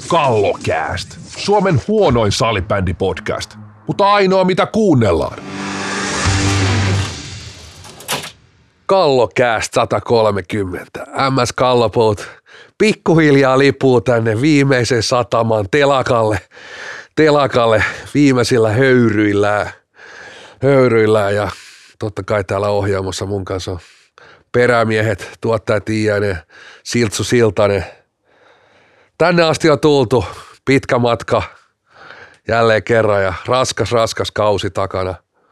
Kallokääst. Suomen huonoin salibändipodcast, mutta ainoa mitä kuunnellaan. Kallokääst 130. MS Kallopout pikkuhiljaa lipuu tänne viimeisen sataman telakalle viimeisillä höyryillään ja totta kai täällä ohjaamossa mun kanssa on perämiehet, tuottaja Tiiainen, Siltsu Siltanen. Tänne asti on tultu, pitkä matka jälleen kerran ja raskas kausi takana.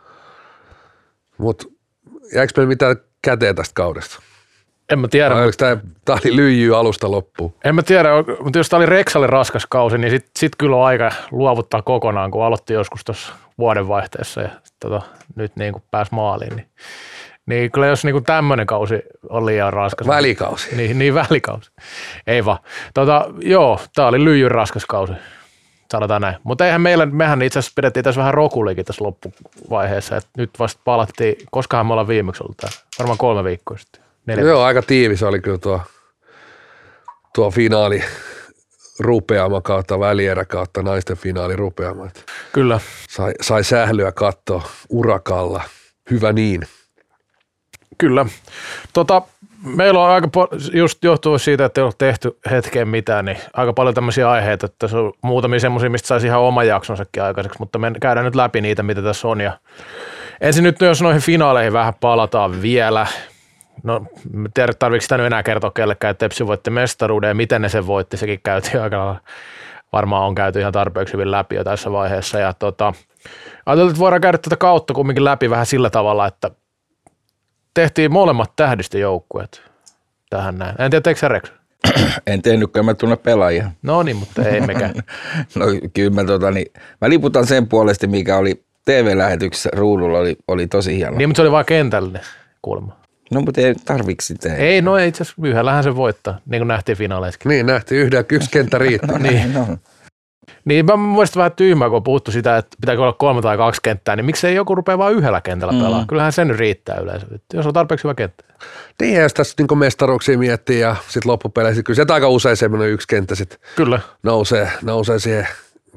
Mut jääkö meillä mitään käteen tästä kaudesta? En mä tiedä. Tää oli lyijyä alusta loppuun. En mä tiedä, mutta jos tää oli Reksalle raskas kausi, niin sit kyllä on aika luovuttaa kokonaan, kun aloitti joskus tuossa vuodenvaihteessa ja nyt niin kuin pääsi maaliin. Niin kyllä jos niin tämmöinen kausi on liian raskas. Välikausi. Niin välikausi. Ei vaan. Joo, tää oli lyijyn raskas kausi. Sanotaan näin. Mutta eihän mehän itse asiassa pidettiin tässä vähän rokuliikin tässä loppuvaiheessa. Et nyt vasta palattiin, koskahan me ollaan viimeksi ollut täällä? Varmaan 3 viikkoa sitten. 4 Joo, aika tiivis oli kyllä tuo finaali rupeama kautta, välierä kautta, naisten finaali rupeama. Kyllä. Sai sählyä katsoa urakalla. Hyvä niin. Kyllä. Meillä on aika just johtuen siitä, että ei ole tehty hetkeen mitään, niin aika paljon tämmöisiä aiheita, että tässä on muutamia semmoisia, mistä saisi ihan oman jaksonsakin aikaiseksi, mutta me käydään nyt läpi niitä, mitä tässä on. Ja ensin nyt, jos noihin finaaleihin vähän palataan vielä. No, en tiedä, tarvitsetko sitä nyt enää kertoa kellekään, että Tepsi voitti mestaruuden ja miten ne sen voitti, sekin käytiin aika lailla. Varmaan on käyty ihan tarpeeksi hyvin läpi jo tässä vaiheessa. Ja ajateltiin, että voidaan käydä tätä kautta kumminkin läpi vähän sillä tavalla, että tehtiin molemmat tähdistöjoukkueet tähän näin. En tiedä, teekö sä Rex? En tehnytkään, mä tunne pelaajia. No niin, mutta ei mekään. No kyllä mä liputan sen puolesta, mikä oli TV-lähetyksessä ruudulla, oli tosi hieno. Niin, mutta se oli vaan kentällinen kuulemma. No, mutta ei tarviksi sitä. Ei, no ei itse asiassa yhdellähän se voittaa, niin kuin nähtiin finaaleissakin. Niin, nähtiin yksi kenttä riittää. Niin. No. Niin, mä muistin vähän tyhmää, kun on puhuttu sitä, että pitääkö olla 3 tai 2 kenttää, niin miksei joku rupea vaan yhdellä kentällä pelaa? Kyllähän se nyt riittää yleensä, jos on tarpeeksi hyvä kenttä. Niin, jos tässä niin mestaruuksia miettii ja sitten loppupeleissä, kyllä sieltä aika usein semmoinen yksi kenttä sitten nousee siihen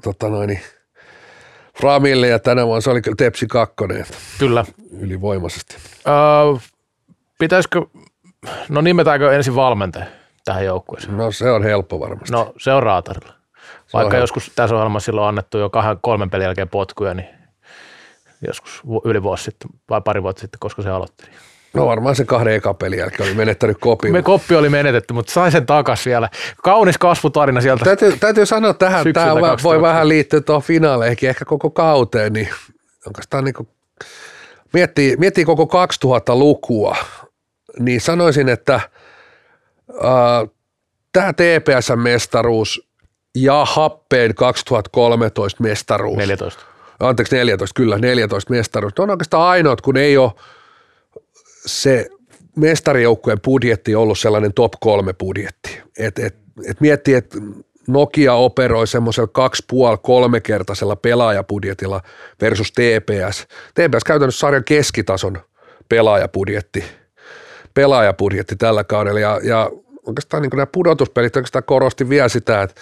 Framille ja tänä vuonna se oli kyllä Tepsi 2. Kyllä. Ylivoimaisesti. Pitäisikö, nimetäänkö ensin valmentaja tähän joukkueeseen? No se on helppo varmasti. No se on Raatarilla. Vaikka joskus tässä ohjelmassa silloin on annettu jo 2-3 pelin jälkeen potkuja, niin joskus yli vuosi sitten vai pari vuotta sitten, koska se aloitti. No varmaan se 2 eka pelin jälkeen oli menettänyt kopin. Koppi oli menetetty, mutta sai sen takas vielä. Kaunis kasvutarina sieltä. Täytyy sanoa tähän, tämä voi vähän liittyä tuohon finaaleihin, ehkä koko kauteen, niin oikeastaan niin kuin miettii koko 2000-lukua, niin sanoisin, että tämä TPS-mestaruus ja Happeen 2013 mestaruus. 14. Anteeksi, 14 mestaruus. Ne on oikeastaan ainoat, kun ei ole se mestarijoukkueen budjetti ollut sellainen top 3 budjetti. Et miettii, että Nokia operoi semmoisella 2,5-3-kertaisella pelaajabudjetilla versus TPS. TPS käytännössä sarjan keskitason pelaajabudjetti tällä kaudella ja oikeastaan niin nämä pudotuspelit oikeastaan korosti vielä sitä, että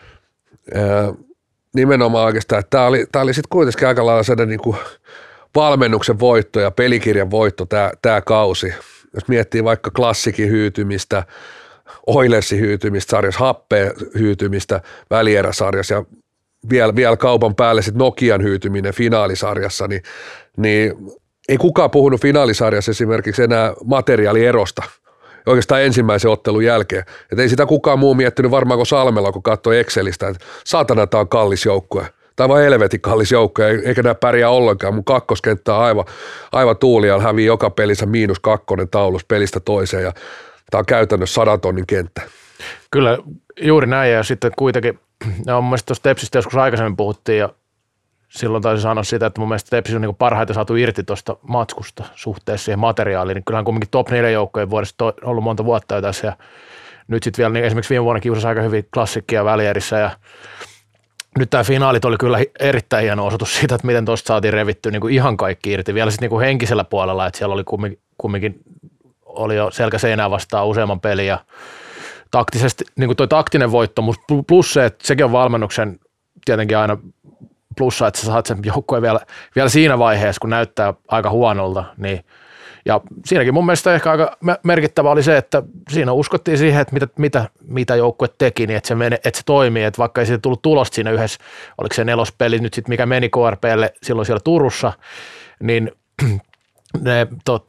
nimenomaan oikeastaan, että tämä oli sitten kuitenkin aika lailla sellainen niin kuin valmennuksen voitto ja pelikirjan voitto tämä kausi. Jos miettii vaikka Klassikin hyytymistä, Oilersin hyytymistä sarjassa, Happeen hyytymistä välieräsarjassa ja vielä kaupan päälle sitten Nokian hyytyminen finaalisarjassa, niin ei kukaan puhunut finaalisarjassa esimerkiksi enää materiaalierosta oikeastaan ensimmäisen ottelun jälkeen. Et ei sitä kukaan muu miettinyt varmaan kuin Salmela, kun katsoi Excelistä, että saatana tämä on kallis joukkue. Tämä on vaan helvetin kallis joukkue, eikä nämä pärjää ollenkaan. Mun kakkoskenttä on aivan tuulialla, hävii joka pelissä -2 taulus pelistä toiseen ja tämä on käytännössä 100 tonnin kenttä. Kyllä, juuri näin ja sitten kuitenkin, ja mun mielestä tuosta Tepsistä joskus aikaisemmin puhuttiin ja silloin taisi sanoa sitä, että mun mielestä Tepsis on niin parhaiten saatu irti tuosta matskusta suhteessa siihen materiaaliin, niin kyllähän kumminkin top 4 joukkojen vuodesta ollut monta vuotta jo tässä ja nyt sitten vielä niin esimerkiksi viime vuonna kiusasi aika hyvin Klassikkia välierissä ja nyt tämä finaalit oli kyllä erittäin hieno osoitus siitä, että miten tuosta saatiin revittyä niin kuin ihan kaikki irti. Vielä sitten niin kuin henkisellä puolella, että siellä oli kumminkin oli jo selkä seinää vastaan useamman pelin ja taktisesti, niin kuin toi taktinen voitto, plus se, että sekin on valmennuksen tietenkin aina plussa, että sä saat sen joukkueen vielä siinä vaiheessa, kun näyttää aika huonolta, niin ja siinäkin mun mielestä ehkä aika merkittävä oli se, että siinä uskottiin siihen, että mitä joukkue teki, niin että se toimii, että vaikka ei siitä tullut tulosta siinä yhdessä, oliko se nelospeli nyt sitten, mikä meni KRPlle silloin siellä Turussa, niin ne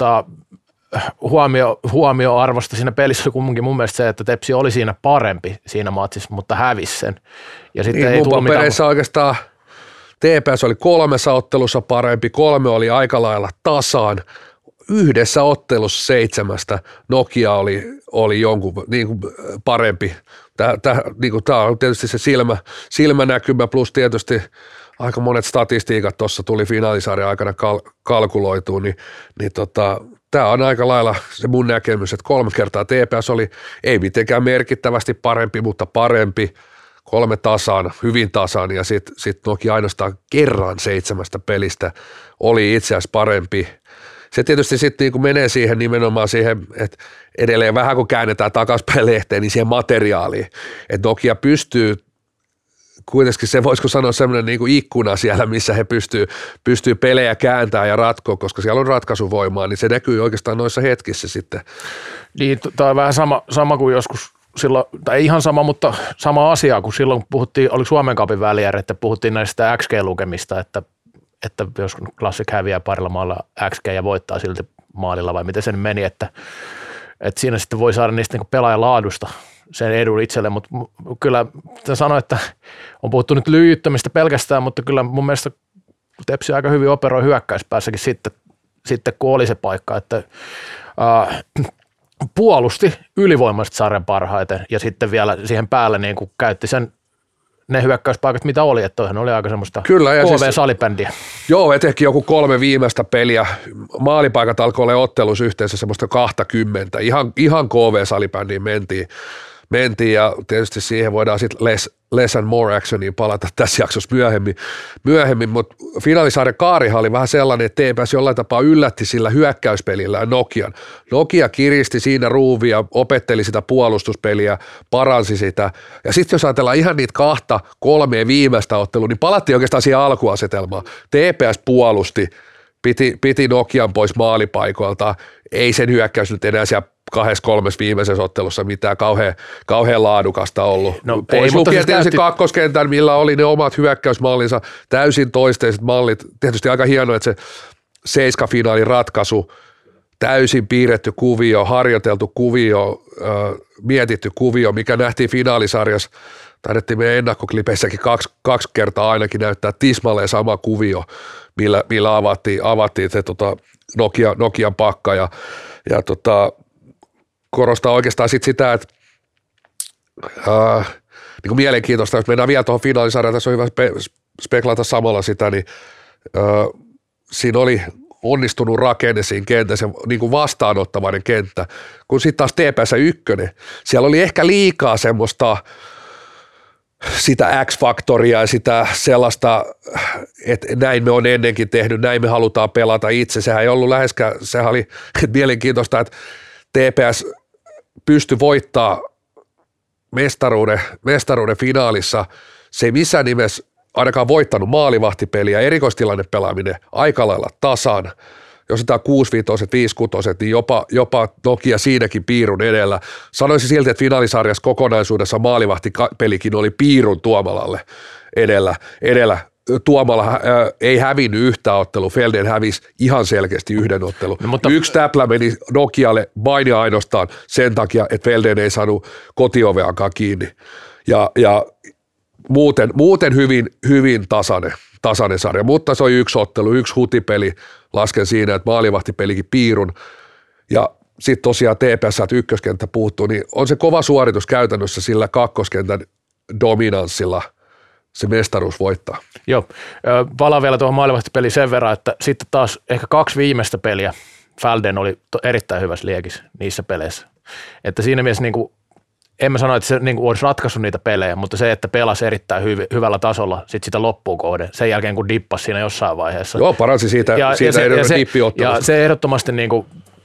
huomioarvosta siinä pelissä oli kumminkin mun mielestä se, että Tepsi oli siinä parempi siinä matsissa, mutta hävisi sen. Ja sitten ei tullut mitään. Oikeastaan TPS oli 3 ottelussa parempi, 3 oli aika lailla tasaan. Yhdessä ottelussa 7 Nokia oli jonkun niin kuin parempi. Tämä on tietysti se silmänäkymä plus tietysti aika monet statistiikat tuossa tuli finaalisarjan aikana kalkuloitua, niin tämä on aika lailla se mun näkemys, että 3 kertaa TPS oli ei mitenkään merkittävästi parempi, mutta parempi, 3 tasaan, hyvin tasaan ja sitten Nokia ainoastaan kerran 7 pelistä oli itse asiassa parempi. Se tietysti sitten niin menee siihen nimenomaan siihen, että edelleen vähän kun käännetään takaspäin lehteen, niin siihen materiaaliin. Että Nokia pystyy, kuitenkin se voisiko sanoa semmoinen niin kuin ikkuna siellä, missä he pystyy pelejä kääntämään ja ratkoa, koska siellä on ratkaisuvoimaa, niin se näkyy oikeastaan noissa hetkissä sitten. Niin, tämä on vähän sama kuin joskus silloin, tai ei ihan sama, mutta sama asia, kun silloin puhuttiin, oli Suomen Cupin väliä, että puhuttiin näistä XG-lukemista, että jos Classic häviää parilla maalla XG ja voittaa silti maalilla vai miten se meni, että siinä sitten voi saada niistä niin pelaajan laadusta sen edun itselle, mutta kyllä sanoin, että on puhuttu nyt lyijyttämistä pelkästään, mutta kyllä mun mielestä Tepsi aika hyvin operoi hyökkäyspäässäkin sitten kun oli se paikka, että puolusti ylivoimaisesti sarjan parhaiten ja sitten vielä siihen päälle niin kuin käytti ne hyökkäyspaikat, mitä oli, että toihan oli aika semmoista KV-salibändiä. Joo, etenkin joku 3 viimeistä peliä. Maalipaikat alkoi olla ottelussa yhteensä semmoista 20. Ihan KV-salibändiin mentiin ja tietysti siihen voidaan sitten less and more actioniin palata tässä jaksossa myöhemmin, mutta finaalisarjan kaarihan oli vähän sellainen, että TPS jollain tapaa yllätti sillä hyökkäyspelillä Nokian. Nokia kiristi siinä ruuvia, opetteli sitä puolustuspeliä, paransi sitä ja sitten jos ajatellaan ihan niitä 2-3 viimeistä ottelua, niin palattiin oikeastaan siihen alkuasetelmaan. TPS puolusti, piti Nokian pois maalipaikoilta, ei sen hyökkäys nyt enää siellä 2-3 viimeisessä ottelussa mitään kauhean laadukasta ollut. No, pois lukien tietysti kakkoskentän, millä oli ne omat hyökkäysmallinsa, täysin toisteiset mallit. Tietysti aika hienoa, että se 7-finaalin ratkaisu, täysin piirretty kuvio, harjoiteltu kuvio, mietitty kuvio, mikä nähtiin finaalisarjassa. Taidettiin meidän ennakkoklipessäkin 2 kertaa ainakin näyttää tismalleen sama kuvio, millä avattiin se Nokian pakka ja korostaa oikeastaan sitä, että niin kuin mielenkiintoista, jos mennään vielä tuohon finaalisarjaan, tässä on hyvä speklata samalla sitä, niin siinä oli onnistunut rakenne siinä kentässä, niin kuin vastaanottavainen kenttä, kun sitten taas TPS 1, siellä oli ehkä liikaa semmoista sitä X-faktoria ja sitä sellaista, että näin me on ennenkin tehnyt, näin me halutaan pelata itse. Sehän ei ollut läheskään, sehän oli mielenkiintoista, että TPS pystyi voittaa mestaruuden finaalissa. Se ei missään nimessä ainakaan voittanut maalivahtipeliä, erikoistilanne pelaaminen aika lailla tasan. Jos otetaan 6-5, 5-6, niin jopa Nokia siinäkin piirun edellä. Sanoisin silti, että finaalisarjassa kokonaisuudessa maalivahtipelikin oli piirun Tuomalalle edellä. Tuomala ei hävinnyt yhtä ottelua, Felden hävisi ihan selkeästi yhden ottelun. No, mutta 1 täplä meni Nokialle vain ja ainoastaan sen takia, että Felden ei saanut kotioveankaan kiinni. Ja muuten hyvin tasainen sarja, mutta se oli 1 ottelu, 1 hutipeli, lasken siinä, että maalivahtipelikin piirun. Ja sitten tosiaan TPS, että ykköskenttä puuttuu, niin on se kova suoritus käytännössä sillä kakkoskentän dominanssilla se mestaruus voittaa. Joo, palaan vielä tuohon maalivahtipeliin sen verran, että sitten taas ehkä 2 viimeistä peliä Felden oli erittäin hyvässä liekissä niissä peleissä. Että siinä mielessä niin kuin, en mä sano, että se niin kuin olisi ratkaissut niitä pelejä, mutta se, että pelasi erittäin hyvällä tasolla sit sitä loppuun kohden, sen jälkeen kun dippasi siinä jossain vaiheessa. Joo, paransi siitä edelleen dippiottelusta. Ja se ehdottomasti niin kuin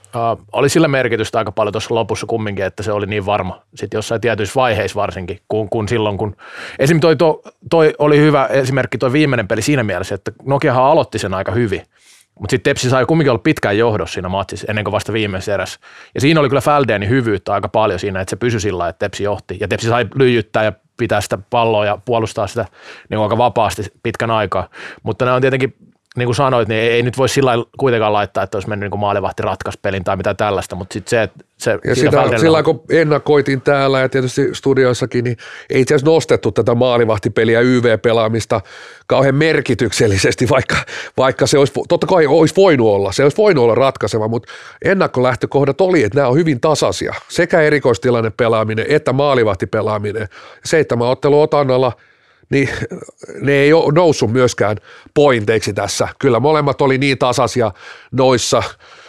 oli sillä merkitystä aika paljon tuossa lopussa kumminkin, että se oli niin varma. Sitten jossain tietyissä vaiheissa varsinkin, kun silloin, kun esimerkiksi toi oli hyvä esimerkki toi viimeinen peli siinä mielessä, että Nokiahan aloitti sen aika hyvin. Mutta sitten Tepsi sai kumminkin olla pitkään johdossa siinä matsissa ennen kuin vasta viimeisessä erässä. Ja siinä oli kyllä Fäldenin hyvyyttä aika paljon siinä, että se pysyi sillä, että Tepsi johti. Ja Tepsi sai lyijyttää ja pitää sitä palloa ja puolustaa sitä niin aika vapaasti pitkän aikaa. Mutta nämä on tietenkin, niin kuin sanoit, niin ei nyt voi sillä kuitenkaan laittaa, että olisi mennyt niin maalivahti ratkaisupelin tai mitä tällaista, mutta sitten se, että se... Ja sillä kun ennakoitiin täällä ja tietysti studioissakin, niin ei itse asiassa nostettu tätä maalivahtipeliä YV-pelaamista kauhean merkityksellisesti, vaikka se olisi, totta kai olisi voinut olla, se olisi voinut olla ratkaiseva, mutta ennakkolähtökohdat oli, että nämä on hyvin tasaisia, sekä erikoistilanne pelaaminen että maalivahtipelaaminen. 7 ottelun otannalla, niin ne ei ole noussut myöskään pointeiksi tässä. Kyllä molemmat oli niin tasaisia noissa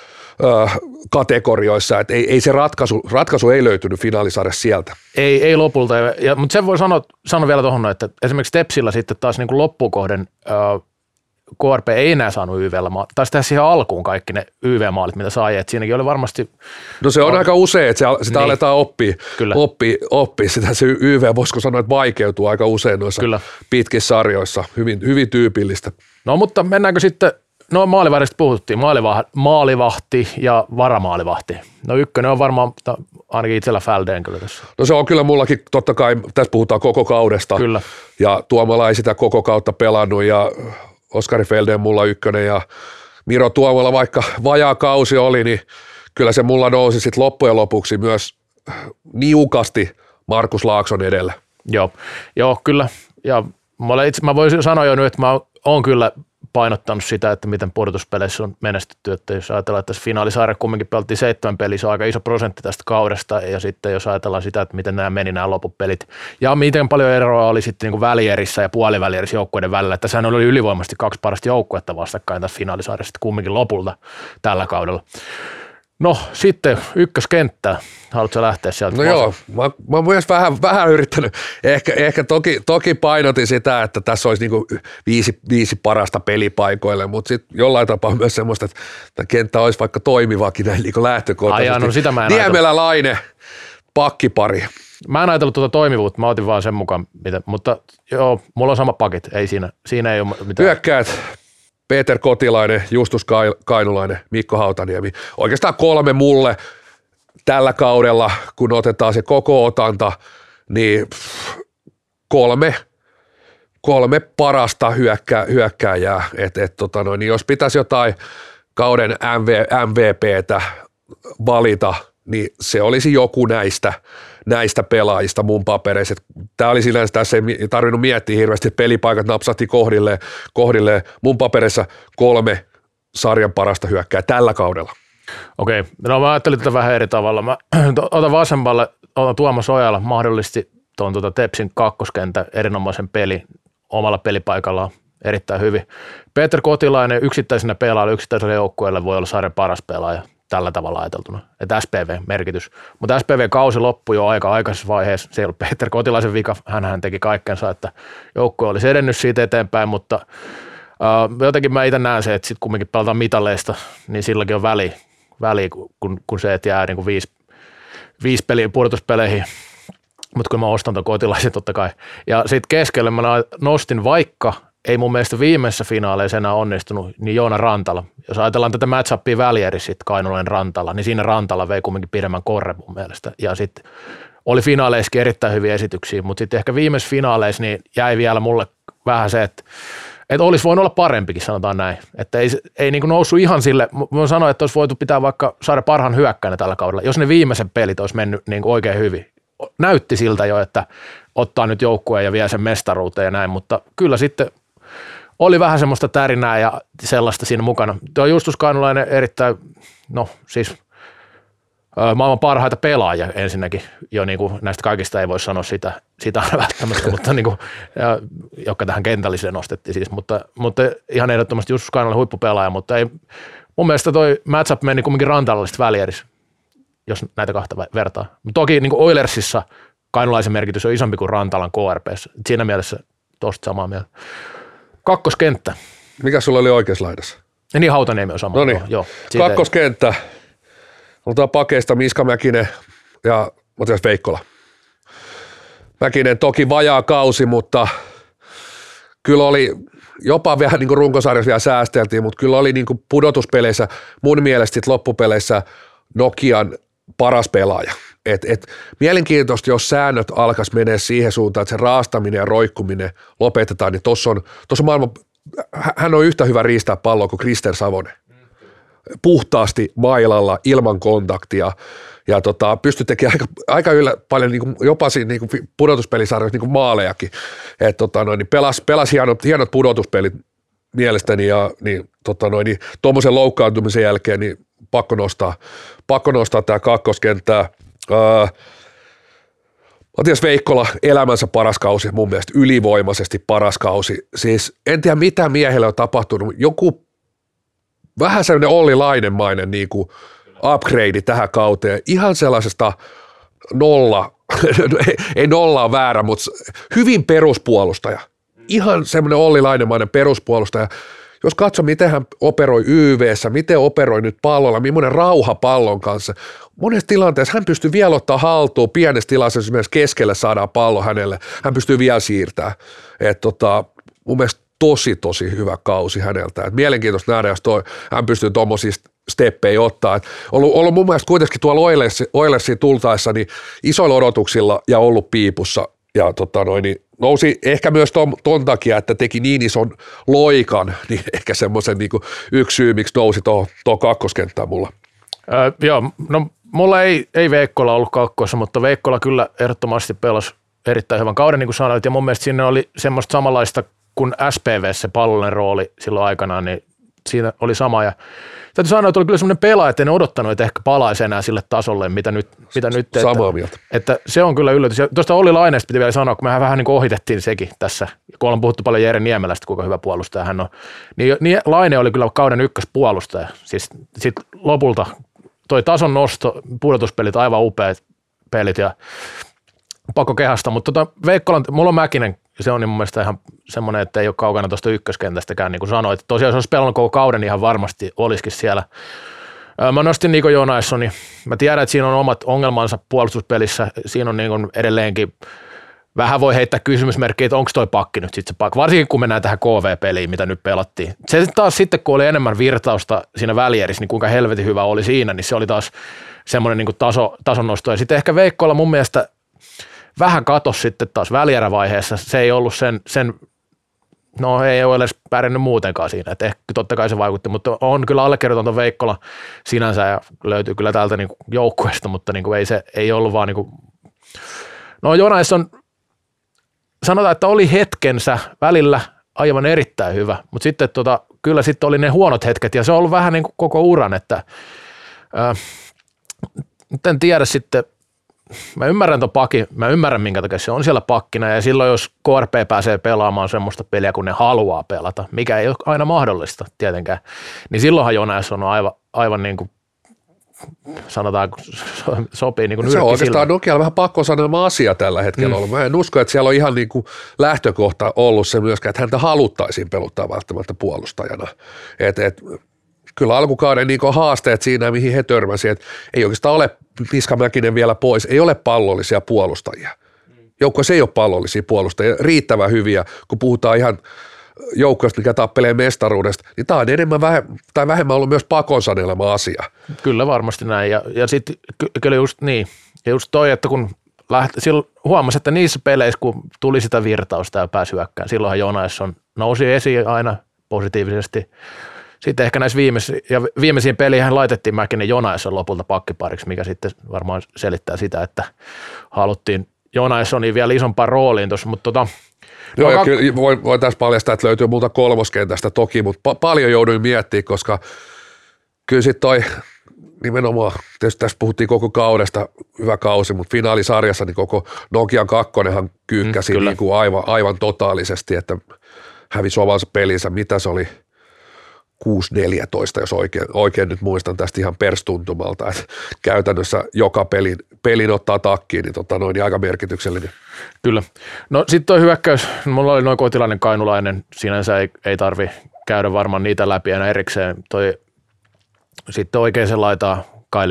kategorioissa, että ei se ratkaisu ei löytynyt finaalisarjassa sieltä. Ei lopulta, mutta sen voi sanoa vielä tuohon, että esimerkiksi Tepsillä sitten taas niin kuin loppukohden KRP ei enää saanut YV:llä, taisi tehdä siihen alkuun kaikki ne YV-maalit, mitä sai, että siinäkin oli varmasti... No se on aika usein, että sitä niin. Aletaan oppia sitä, se YV, voisiko sanoa, että vaikeutuu aika usein noissa pitkissä sarjoissa, hyvin tyypillistä. No mutta mennäänkö sitten, no maalivahdista puhuttiin, maalivahti ja varamaalivahti. No ykkönen on varmaan ainakin itsellä Fälden kyllä tässä. No se on kyllä mullakin, totta kai, tässä puhutaan koko kaudesta. Kyllä. Ja Tuomala ei sitä koko kautta pelannut ja Oskari Fälden mulla ykkönen ja Miro Tuomala, vaikka vajaa kausi oli, niin kyllä se mulla nousi sitten loppujen lopuksi myös niukasti Markus Laakson edellä. Joo kyllä. Ja mä voisin sanoa jo nyt, että mä oon kyllä painottanut sitä, että miten pudotuspeleissä on menestytty, että jos ajatellaan, että tässä finaalisarja kumminkin pelattiin 7 peliä, se on aika iso prosentti tästä kaudesta, ja sitten jos ajatellaan sitä, että miten nämä loppupelit, ja miten paljon eroa oli sitten niin kuin välierissä ja puolivälierissä joukkueiden välillä, että sehän oli ylivoimaisesti 2 parasta joukkuetta vastakkain tässä finaalisarjassa kumminkin lopulta tällä kaudella. No sitten ykköskenttää. Haluatko lähteä sieltä? No joo, mä oon myös vähän yrittänyt. Ehkä toki painotin sitä, että tässä olisi niinku 5 parasta pelipaikoille, mutta sitten jollain tapaa myös semmoista, että tämä kenttä olisi vaikka toimivakin näin niinku lähtökohtaisesti. No sitä mä en Niemelä, Laine, pakkipari. Mä en ajatellut tuota toimivuutta, mä otin vaan sen mukaan, mutta joo, mulla on sama pakit, ei siinä ei ole mitään. Hyökkäät. Peter Kotilainen, Justus Kainulainen, Mikko Hautaniemi. Oikeastaan 3 mulle tällä kaudella, kun otetaan se koko otanta, niin 3 parasta hyökkääjää. Niin jos pitäisi jotain kauden MVPtä valita, niin se olisi joku näistä pelaajista mun papereissa. Tämä oli sinänsä, tässä ei tarvinnut miettiä hirveästi, että pelipaikat napsahti kohdilleen. Mun papereissa 3 sarjan parasta hyökkää tällä kaudella. Okei, no mä ajattelin tätä vähän eri tavalla. Mä otan vasemmalle, Tuomas Ojala mahdollisti tuon Tepsin kakkoskentän erinomaisen peli omalla pelipaikallaan erittäin hyvin. Peter Kotilainen yksittäisenä pelaajalla, yksittäisellä joukkueella voi olla sarjan paras pelaaja. Tällä tavalla ajateltuna, että SPV-merkitys. Mutta SPV-kausi loppui jo aika aikaisessa vaiheessa. Se ei ollut Peter Kotilaisen vika, hän teki kaikkensa, että joukkue olisi edennyt siitä eteenpäin, mutta jotenkin mä itse näen se, että sitten kumminkin pelataan mitaleista, niin silläkin on väli kun se, että jää niin kuin 5 peliä pudotuspeleihin. Mutta kun mä ostan tuon Kotilaisen totta kai. Ja sitten keskelle mä nostin, vaikka ei mun mielestä viimeisessä finaaleissa enää onnistunut, niin Joona Rantala. Jos ajatellaan tätä match-upia välierissä sitten Kainulainen Rantala, niin siinä Rantala vei kumminkin pidemmän korren mun mielestä. Ja sitten oli finaaleissakin erittäin hyviä esityksiä, mutta sitten ehkä viimeisessä finaaleissa niin jäi vielä mulle vähän se, että olisi voinut olla parempikin, sanotaan näin. Että ei niin kuin noussut ihan sille, mä sanoin, että olisi voitu pitää vaikka saada parhaan hyökkäänä tällä kaudella, jos ne viimeisen pelit olisi mennyt niin kuin oikein hyvin. Näytti siltä jo, että ottaa nyt joukkueen ja vie sen mestaruuteen ja näin, mutta kyllä sitten oli vähän semmoista tärinää ja sellaista siinä mukana. Tuo Justus Kainulainen erittäin, maailman parhaita pelaajia ensinnäkin, jo niin kuin näistä kaikista ei voi sanoa sitä aina välttämättä, mutta niin kuin, jotka tähän kentälliseen nostettiin siis, mutta ihan ehdottomasti Justus Kainulainen huippupelaaja, mutta ei, mun mielestä toi matchup meni kumminkin Rantalalle välierissä, jos näitä kahta vertaa. Toki niin kuin Oilersissa Kainulaisen merkitys on isompi kuin Rantalan KRP:ssä, siinä mielessä tosta samaa mieltä. Kakkoskenttä. Mikä sulla oli oikeassa laidassa? Ja niin Hautaniemi on sama. No niin, kakkoskenttä. Otetaan pakeista Miska Mäkinen ja Matias Veikkola. Mäkinen toki vajaa kausi, mutta kyllä oli jopa vähän niin kuin runkosarjassa vielä säästeltiin, mutta kyllä oli niin kuin pudotuspeleissä mun mielestä loppupeleissä Nokian paras pelaaja. Mielenkiintoista, jos säännöt alkaisi mennä siihen suuntaan, että se raastaminen ja roikkuminen lopetetaan, niin tuossa on maailman, hän on yhtä hyvä riistää palloa kuin Krister Savonen. Puhtaasti mailalla, ilman kontaktia ja pystyi tekemään aika paljon niin kuin, jopa siinä niin kuin pudotuspelisarjoissa niin kuin maalejakin. Niin pelasi hienot pudotuspelit mielestäni ja niin, tuommoisen loukkaantumisen jälkeen niin pakko nostaa tämä kakkoskenttää. Matias Veikkola, elämänsä paras kausi, mun mielestä ylivoimaisesti paras kausi. Siis en tiedä mitä miehelle on tapahtunut, joku vähän sellainen Olli Lainemainen niin kuin upgrade tähän kauteen, ihan sellaisesta ei nolla on väärä, mutta hyvin peruspuolustaja. Ihan semmoinen Olli Lainemainen peruspuolustaja. Jos katsoo, miten hän operoi YV:ssä, miten operoi nyt pallolla, millainen rauha pallon kanssa. Monessa tilanteessa hän pystyy vielä ottaa haltuun, pienessä tilassa esimerkiksi keskelle saadaan pallo hänelle, hän pystyy vielä siirtämään. Mun mielestä tosi hyvä kausi häneltä. Et mielenkiintoista nähdä, jos hän pystyy tuommoisia steppejä ottaa. Ollut mun mielestä kuitenkin tuolla Oilersiin tultaessa niin isoilla odotuksilla ja ollut piipussa. Ja niin nousi ehkä myös ton takia, että teki niin ison loikan, niin ehkä semmoisen niin yksi syy, miksi nousi tuo kakkoskenttään mulla. Joo, no mulla ei Veikkola ollut kakkossa, mutta Veikkola kyllä ehdottomasti pelasi erittäin hyvän kauden, niin kuin sanoit, ja mun mielestä sinne oli semmoista samanlaista kuin SPV:ssä se pallollinen rooli silloin aikanaan, niin siinä oli sama, ja täytyy sanoa, että oli kyllä semmoinen pelaaja, että en odottanut, että ehkä palaisi enää sille tasolle, mitä nyt. Samaa mieltä. Että se on kyllä yllätys. Ja tuosta Olli Laineesta piti vielä sanoa, kun mehän vähän niin kuin ohitettiin sekin tässä, kun ollaan puhuttu paljon Jere Niemelästä, kuinka hyvä puolustaja hän on, niin Laine oli kyllä kauden ykköspuolustaja. Siis sitten lopulta toi tason nosto, pudotuspelit, aivan upeat pelit ja pakko kehasta, mutta Veikkolan, mulla on Mäkinen, se on niin mun mielestä ihan semmoinen, että ei ole kaukana tuosta ykköskentästäkään, niin kuin sanoit. Tosiaan, jos olisi pelannut koko kauden, niin ihan varmasti olisikin siellä. Mä nostin Nico Jonaissonin. Mä tiedän, että siinä on omat ongelmansa puolustuspelissä. Siinä on niin kuin edelleenkin, vähän voi heittää kysymysmerkkiä, että onko toi pakki nyt sitten se pakki. Varsinkin kun mennään tähän KV-peliin, mitä nyt pelattiin. Se taas sitten, kun oli enemmän virtausta siinä välierissä, niin kuinka helvetin hyvä oli siinä, niin se oli taas semmoinen niin kuin tason nosto. Ja sitten ehkä Veikkoilla mun mielestä vähän katosi sitten taas välierävaiheessa. Se ei ollut sen no ei ole edes pärjännyt muutenkaan siinä, että ehkä totta kai se vaikutti, mutta on kyllä allekirjoitanut Veikkola sinänsä ja löytyy kyllä täältä niin joukkueesta, mutta niin kuin ei ollut vaan niin kuin, no Jonaisson, sanotaan, että oli hetkensä välillä aivan erittäin hyvä, mutta sitten kyllä sitten oli ne huonot hetket ja se on ollut vähän niin kuin koko uran, että en tiedä sitten, mä ymmärrän ton pakin, mä ymmärrän minkä takia se on siellä pakkina ja silloin jos KRP pääsee pelaamaan semmoista peliä, kun ne haluaa pelata, mikä ei ole aina mahdollista tietenkään, niin silloinhan Jonas on aivan niin kuin sanotaan, sopii niin kuin nyrkki. Se on oikeastaan Nokialla vähän pakkosanelma asia tällä hetkellä ollut. Mä en usko, että siellä on ihan niin kuin lähtökohta ollut se myöskään, että häntä haluttaisiin peluttaa välttämättä puolustajana. Kyllä alkukauden niin haasteet siinä, mihin he törmäsivät, että ei oikeastaan ole Miska Mäkinen vielä pois, ei ole pallollisia puolustajia. Joukkueessa ei ole pallollisia puolustajia, riittävän hyviä, kun puhutaan ihan joukkueesta, mikä tappelee mestaruudesta, niin tämä on enemmän tai vähemmän ollut myös pakon sanelema asia. Kyllä varmasti näin, ja sitten kyllä just niin, ja just toi, että kun silloin huomasi, että niissä peleissä, kun tuli sitä virtausta ja pääsi hyökkään, silloinhan Jonaisson nousi esiin aina positiivisesti. Sitten ehkä näissä viimeisiin peliin hän laitettiin Mäkinen Jonaisson lopulta pakkipariksi, mikä sitten varmaan selittää sitä, että haluttiin Jonaissonin vielä isompaan rooliin tuossa, mutta Joo, ja kyllä voi tässä paljastaa, että löytyy muuta kolmoskentästä toki, mutta paljon jouduin miettimään, koska kyllä sitten toi nimenomaan, tietysti tässä puhuttiin koko kaudesta, hyvä kausi, mutta finaalisarjassa niin koko Nokian kakkonenhan kyykkäsi niin kuin aivan totaalisesti, että hävisi omansa pelinsä, mitä se oli, 6-14, jos oikein nyt muistan tästä ihan perstuntumalta, että käytännössä joka pelin ottaa takkiin, niin aika merkityksellinen. Kyllä. No sitten tuo hyökkäys, mulla oli noin Kotilainen, Kainulainen, sinänsä ei tarvi käydä varmaan niitä läpi enää erikseen. Sitten oikein se laitaa Kailiala,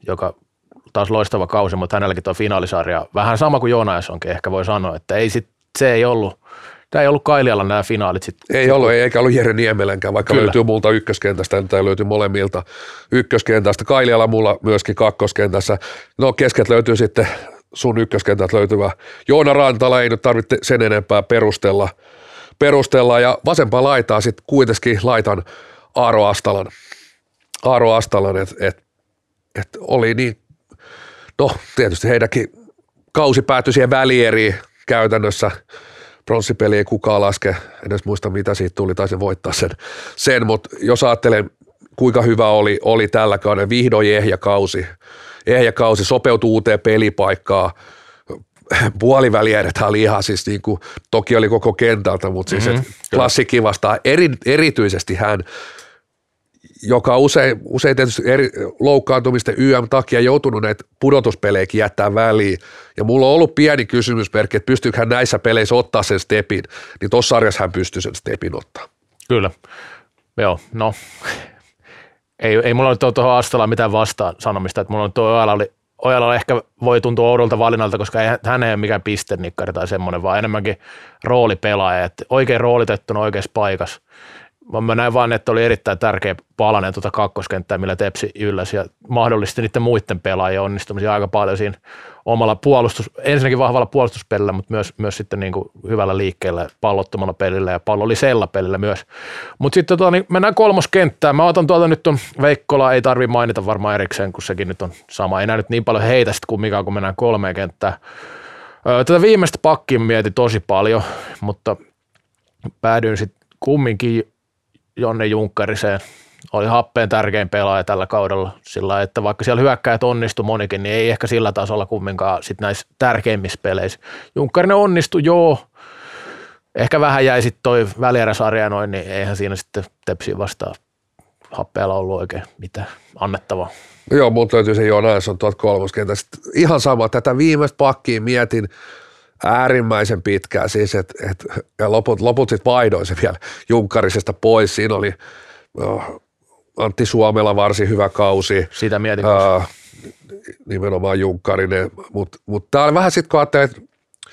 joka taas loistava kausi, mutta hänelläkin tuo finaalisarja vähän sama kuin Joonasonkin ehkä voi sanoa, että tämä ei ollut Kailialan nämä finaalit. Ei ollut, eikä ollut Jere Niemelänkään, vaikka kyllä. Löytyy multa ykköskentästä, tai löytyy molemmilta ykköskentästä. Kailiala mulla myöskin kakkoskentässä. No kesket löytyy sitten sun ykköskentältä löytyvä Joona Rantala, ei nyt tarvitse sen enempää perustella ja vasempaa laitaa sitten kuitenkin laitan Aaro Astalan, että oli niin, no tietysti heidänkin kausi päättyi siihen välieriin käytännössä, pronssipeli ei kukaan laske, edes muista mitä siitä tuli, taisi voittaa sen, mutta jos ajattelen kuinka hyvä oli tällä kauden, vihdoin ehjä kausi, sopeutui uuteen pelipaikkaan, puolivälierät oli ihan siis niin kuin, toki oli koko kentältä, mutta siis Klassikki vastaan erityisesti hän, joka usein tietysti loukkaantumisten YM takia joutunut näitä pudotuspelejäkin jättää väliin. Ja mulla on ollut pieni kysymysmerkki, että pystyykö hän näissä peleissä ottaa sen stepin, niin tuossa sarjassa hän pystyy sen stepin ottaa. Kyllä, joo, no ei mulla nyt ole tuohon Astalaan mitään vastaan sanomista, että mulla on tuo Ojala ehkä voi tuntua oudolta valinnalta, koska hän ei ole mikään pistenikkari tai semmoinen, vaan enemmänkin roolipelaaja, että oikein roolitettuna oikeassa paikassa. Mä näin vaan, että oli erittäin tärkeä palanen tuota kakkoskenttää, millä Tepsi ylläsi ja mahdollisti niiden muiden pelaajien onnistumisia aika paljon siinä omalla ensinnäkin vahvalla puolustuspelillä, mutta myös sitten niin kuin hyvällä liikkeellä, pallottomalla pelillä ja pallollisella pelillä myös. Mutta sitten niin mennään kolmoskenttään. Mä otan tuolta nyt ton Veikkola, ei tarvi mainita varmaan erikseen, kun sekin nyt on sama. Ei näy nyt niin paljon heitä sitten kumminkaan, kun mennään kolmeen kenttään. Tätä viimeistä pakkia mietin tosi paljon, mutta päädyin sitten kumminkin Jonne Junkkariseen. Oli happeen tärkein pelaaja tällä kaudella sillä, että vaikka siellä hyökkäjät onnistui monikin, niin ei ehkä sillä tasolla kumminkaan sit näissä tärkeimmissä peleissä. Junkkarinen onnistui, joo. Ehkä vähän jäi sitten toi välieräsarja noin, niin eihän siinä sitten Tepsiin vastaan happeella ollut oikein mitään annettavaa. Joo, mutta löytyy se Jonason tuolta kolmoskentä. Ihan sama, tätä viimeistä pakkia mietin äärimmäisen pitkään siis, ja loput sitten vaihdoin se vielä Junkkarisesta pois. Siinä oli Antti Suomela varsin hyvä kausi. Sitä mietin. Nimenomaan Junkkarinen, mutta tämä oli vähän sitten, kun ajattelin, että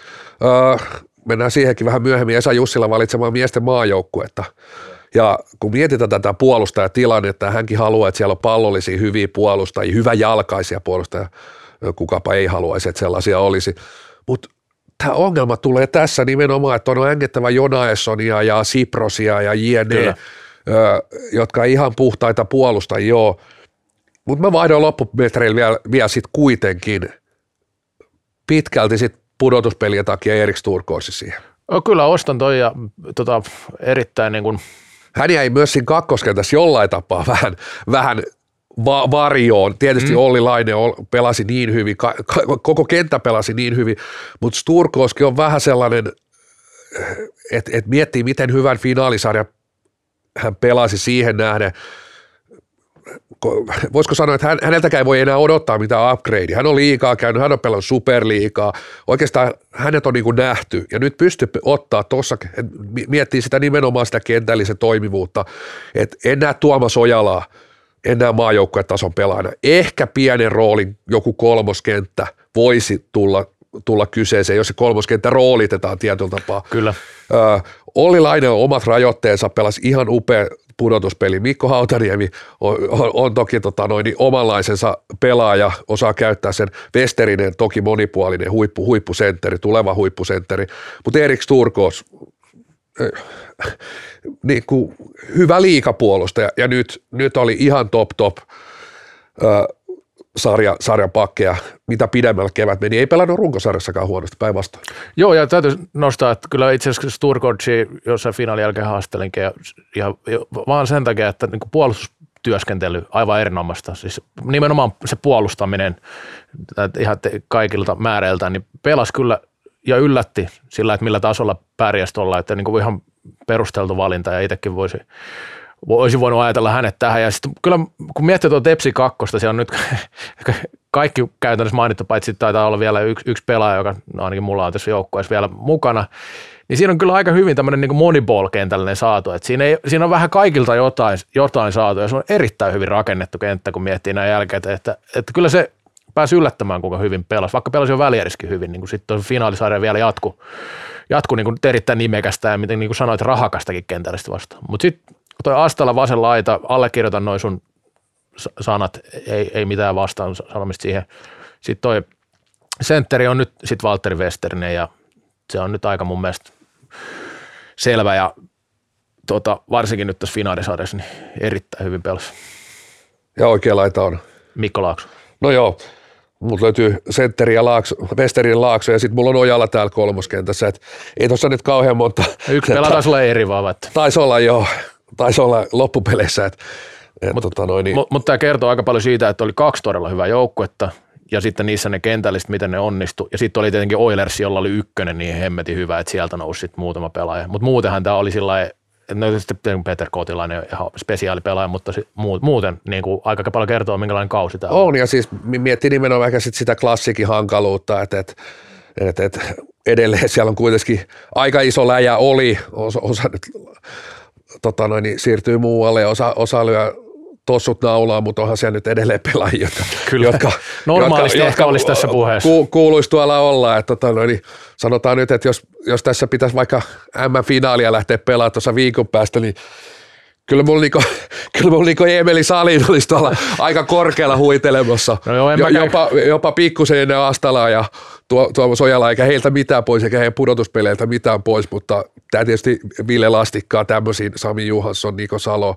mennään siihenkin vähän myöhemmin Esa Jussila valitsemaan miesten maajoukkuetta. Ja kun mietitään tätä puolustajatilannetta, hänkin haluaa, että siellä on pallollisia hyviä puolustajia, hyväjalkaisia puolustajia, kukapa ei haluaisi, että sellaisia olisi. Mutta tämä ongelma tulee tässä nimenomaan, että on ängettävä Jonaesonia ja Siprosia ja jne, jotka ei ihan puhtaita puolustajia ole. Mutta mä vaihdoin loppumetreillä vielä sitten kuitenkin pitkälti sitten pudotuspelien takia Erik Sturkoosi siihen. Kyllä ostan toi ja erittäin niin kuin. Hän jäi myös siinä kakkoskentässä jollain tapaa vähän varjoon. Tietysti Olli Laine pelasi niin hyvin, koko kenttä pelasi niin hyvin, mutta Sturkooski on vähän sellainen, että miettii miten hyvän finaalisarjan hän pelasi siihen nähden. Voisiko sanoa, että häneltäkään ei voi enää odottaa mitään upgradea. Hän on liikaa käynyt, hän on pelannut superliigaa. Oikeastaan hänet on niin kuin nähty ja nyt pystyy ottaa tuossa, miettii sitä nimenomaan sitä kentällisen toimivuutta, että en näe Tuomas Ojalaa, en näe maajoukkuetason pelaajana. Ehkä pienen roolin joku kolmoskenttä voisi tulla kyseeseen, jos se kolmoskenttä roolitetaan tietyllä tapaa. Kyllä. Olli Laine on omat rajoitteensa, pelasi ihan upea pudotuspeli. Mikko Hautaniemi on toki niin omanlaisensa pelaaja, osaa käyttää sen. Westerinen toki monipuolinen huippusentteri, tuleva huippusentteri, mutta Erik Sturkos, niin kuin hyvä liigapuolustaja ja nyt oli ihan top sarjan pakkeja, mitä pidemmällä kevät meni. Ei pelannut runkosarjassakaan huonosti, päinvastoin. Joo, ja täytyy nostaa, että kyllä itse asiassa Sturkodsia jossain finaalin jälkeen haastelinkin, ja vaan sen takia, että niin kuin puolustustyöskentely aivan erinomaista. Siis nimenomaan se puolustaminen ihan kaikilta määreiltään, niin pelasi kyllä ja yllätti sillä, että millä tasolla pärjäsi tuolla, että niin kuin ihan perusteltu valinta, ja itsekin olisi voinut ajatella hänet tähän. Ja sitten kyllä, kun miettii tuota Tepsi kakkosta, siellä on nyt kaikki käytännössä mainittu, paitsi taitaa olla vielä yksi pelaaja, joka ainakin mulla on tässä joukkueessa vielä mukana, niin siinä on kyllä aika hyvin tämmöinen niin moneyball-kentällinen saatu, että siinä on vähän kaikilta jotain saatu, ja se on erittäin hyvin rakennettu kenttä, kun miettii näin jälkeen, että kyllä se pääsi yllättämään, kuinka hyvin pelasi, vaikka pelasi jo välieriskin hyvin, niin kuin sitten tuossa finaalisarja vielä jatkui niin kuin erittäin nimekästä ja miten niin kuin sanoit, rahakastakin kentällistä vastaan. Mutta sitten toi Astala vasen laita, allekirjoitan noin sun sanat, ei mitään vastaan sanomista siihen. Sitten toi sentteri on nyt sitten Valtteri Westerinen ja se on nyt aika mun mielestä selvä ja varsinkin nyt tässä finaalisarjassa niin erittäin hyvin pelasi. Ja oikea laita on? Mikko Laakso. No joo, mut löytyy sentteri ja Westerin Laakso ja sitten mulla on Ojala täällä kolmoskentässä, että ei tuossa nyt kauhean monta. Yksi pelaa taisi olla eri vaan. Taisi olla loppupeleissä. Mutta tämä kertoo aika paljon siitä, että oli 2 todella hyvää joukkuetta ja sitten niissä ne kentälliset, miten ne onnistu. Ja sitten oli tietenkin Oilers, jolla oli 1 niin hemmetin hyvä, että sieltä nousi sitten muutama pelaaja. Mutta muutenhan tämä oli sillä no sitten Peter Kotilainen ihan spesiaalipelaaja, mutta muuten niin kuin aika paljon kertoo, minkälainen kausi tämä on. Ja siis miettii nimenomaan ehkä sitä klassikin hankaluutta, että edelleen siellä on kuitenkin aika iso läjä osa nyt niin siirtyy muualle ja osa lyö tossut naulaan, mutta onhan siellä nyt edelleen pelaajia, jotka normaalisti ehkä olisi tässä puheessa. Kuuluisi tuolla olla, että niin sanotaan nyt, että jos tässä pitäisi vaikka M-finaalia lähteä pelaamaan tuossa viikon päästä, niin kyllä mulla niinku Emeli Salin olisi tuolla aika korkealla huitelemassa, jopa pikkusen ennen Astalaa ja Tuomas Ojala, eikä heiltä mitään pois, eikä heidän pudotuspeleiltä mitään pois, mutta tämä tietysti Ville Lastikkaa, tämmöisiin Sami Juhansson, Niko Salo,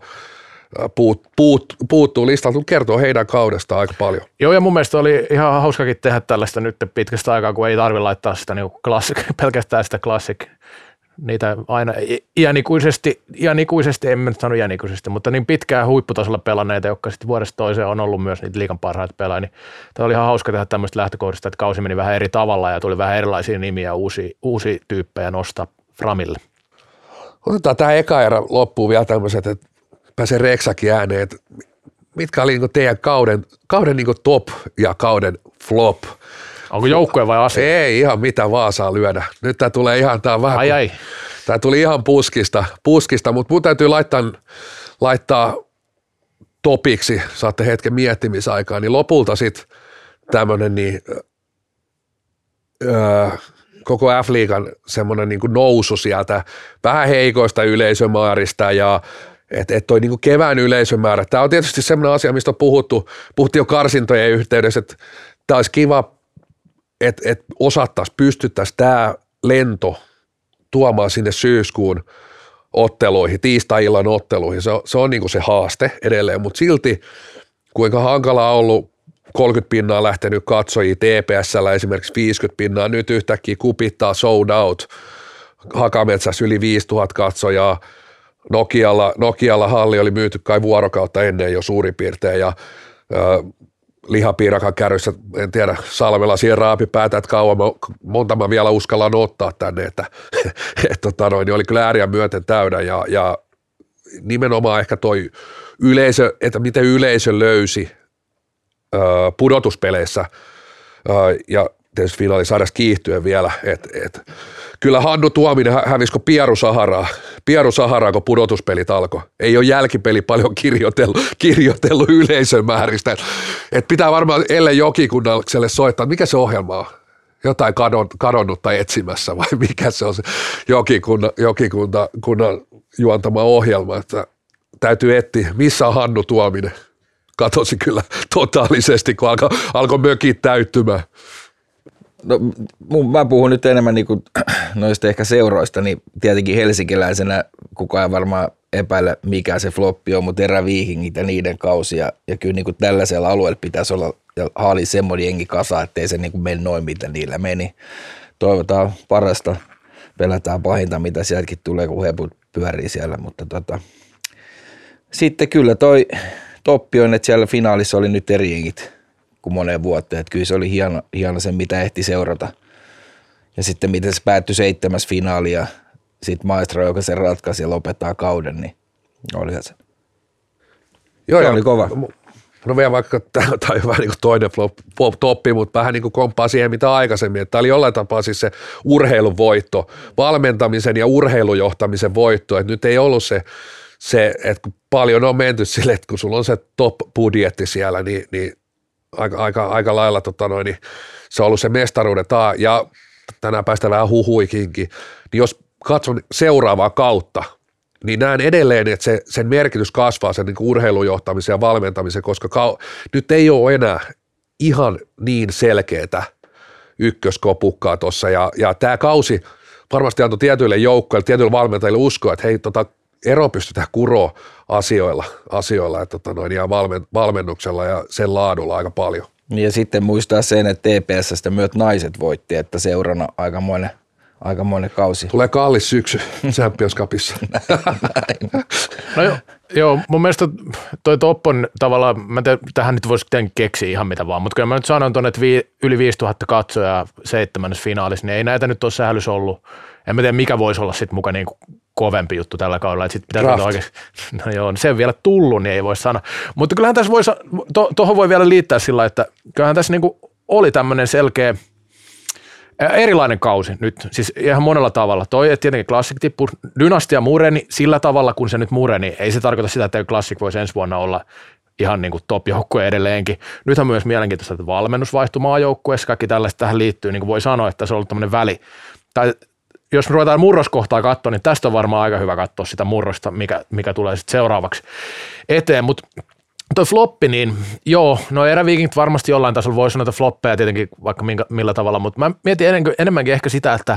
puuttuu listalta, mutta kertoo heidän kaudestaan aika paljon. Joo, ja mun mielestä oli ihan hauskakin tehdä tällaista nyt pitkästä aikaa, kun ei tarvitse laittaa sitä niin pelkästään sitä classic. Niitä aina iänikuisesti, en nyt sano iänikuisesti, mutta niin pitkään huipputasolla pelanneita, jotka sitten vuodesta toiseen on ollut myös niitä liigan parhaita pelaajia. Niin tämä oli ihan hauska tehdä tämmöistä lähtökohdista, että kausi meni vähän eri tavalla ja tuli vähän erilaisia nimiä, uusia tyyppejä nostaa Framille. Otetaan tämä eka erä loppuun vielä tämmöiset, että pääsee Reksakin ääneen, että mitkä oli teidän kauden top ja kauden flop? Onko joukkue vai asia? Ei ihan mitä vaan saa lyödä. Nyt tämä tulee ihan, tämä tuli ihan puskista, mutta mun täytyy laittaa topiksi, saatte hetken miettimisaikaa, niin lopulta sitten tämmöinen koko F-liigan semmoinen niin kuin nousu sieltä vähän heikoista yleisömääristä ja että toi niin kuin kevään yleisömäärä. Tämä on tietysti semmoinen asia, mistä on puhuttiin jo karsintojen yhteydessä, että tämä olisi kiva, että pystyttäisiin tämä lento tuomaan sinne syyskuun otteluihin, tiistai-illan otteluihin. Se on niin kuin se haaste edelleen, mutta silti kuinka hankalaa on ollut 30 pinnaa lähtenyt katsojia, TPS:llä esimerkiksi 50 pinnaa, nyt yhtäkkiä kupittaa sold out, Hakametsässä yli 5000 katsojaa, Nokialla halli oli myyty kai vuorokautta ennen jo suurin piirtein ja lihapiirakan kärryssä, en tiedä, Salmela siihen raapi päätä, että monta mä vielä uskallan ottaa tänne, että niin oli kyllä ääriä myöten täydä ja nimenomaan ehkä toi yleisö, että miten yleisö löysi pudotuspeleissä ja tietysti finaalisarjassa kiihtyen vielä, että kyllä Hannu Tuominen hävisikö Pieru Saharaa, kun pudotuspelit alkoi. Ei ole jälkipeli paljon kirjoitellut yleisön määristä. Et pitää varmaan Elle Jokikunnalle soittaa, mikä se ohjelma on? Jotain kadonnutta etsimässä vai mikä se on se Jokikunnan juontama ohjelma. Että täytyy etsiä, missä on Hannu Tuominen. Katosi kyllä totaalisesti, kun alkoi mökit täyttymään. No, mä puhun nyt enemmän niin kuin noista ehkä seuroista, niin tietenkin helsinkiläisenä kukaan ei varmaan epäillä, mikä se floppi on, mutta eräviihingit ja niiden kausi. Ja kyllä niin kuin tällaisella alueella pitäisi olla ja haali semmoinen jengi kasa, ettei se niin kuin mene noin, mitä niillä meni. Toivotaan parasta, pelätään pahinta, mitä sieltäkin tulee, kun heput pyörii siellä. Mutta sitten kyllä toi toppi on, että siellä finaalissa oli nyt eri jengit kuin moneen vuoteen. Että kyllä se oli hieno sen, mitä ehti seurata. Ja sitten miten se päättyi 7. finaaliin ja sitten Maestro, joka sen ratkaisi ja lopettaa kauden, niin olihan se. Joo, se oli kova. No vielä vaikka, tämä on vähän niin kuin toinen toppi, mutta vähän niin kuin komppaa siihen, mitä aikaisemmin. Tämä oli jollain tapaa siis se urheilun voitto, valmentamisen ja urheilujohtamisen voitto. Että nyt ei ollut se, että kun paljon on menty sille, että kun sulla on se top-budjetti siellä, niin aika lailla niin se on ollut se mestaruuden ja tänään päästä vähän huhuikinkin. Niin jos katson seuraavaa kautta, niin näen edelleen, että sen merkitys kasvaa sen niin kuin urheilujohtamisen ja valmentamisen, koska nyt ei ole enää ihan niin selkeätä ykköskopukkaa tuossa, ja tämä kausi varmasti antoi tietyille joukkoille, tietyille valmentajille uskoa, että hei, ero pystytään kuroa asioilla että ja valmennuksella ja sen laadulla aika paljon. Ja sitten muistaa sen, että TPS:stä myös naiset voitti, että seurana aikamoinen kausi. Tulee kallis syksy Champions Cupissa. No joo, mun mielestä toi Top on tavallaan, mä en tiedä, tähän nyt voisi keksiä ihan mitä vaan, mutta kyllä mä nyt sanon tuonne, että yli 5000 katsojaa 7. finaalissa, niin ei näitä nyt ole sählys ollut. En mä tiedä, mikä voisi olla sitten mukaan niin kovempi juttu tällä kaudella, että sitten pitää oikeasti, no joo, se on vielä tullut, niin ei voi sanoa. Mutta kyllähän tässä voi, tuohon voi vielä liittää sillä, että kyllähän tässä niin oli tämmöinen selkeä, erilainen kausi nyt, siis ihan monella tavalla. Toi, että tietenkin Classic tippui, Dynastia mureni sillä tavalla, kun se nyt mureni. Ei se tarkoita sitä, että Classic voisi ensi vuonna olla ihan niin kuin top-joukkue edelleenkin. Nythän myös mielenkiintoista, että valmennus vaihtui maajoukkueessa, kaikki tällaista tähän liittyy, niin kuin voi sanoa, että se on ollut tämmöinen väli. Tai jos me ruvetaan murroskohtaa katsoa, niin tästä on varmaan aika hyvä katsoa sitä murrosta, mikä tulee sitten seuraavaksi eteen, mutta toi floppi, niin joo, no eräviikingit varmasti jollain tasolla voi sanoa, että floppeja tietenkin vaikka millä tavalla, mutta mä mietin enemmänkin ehkä sitä, että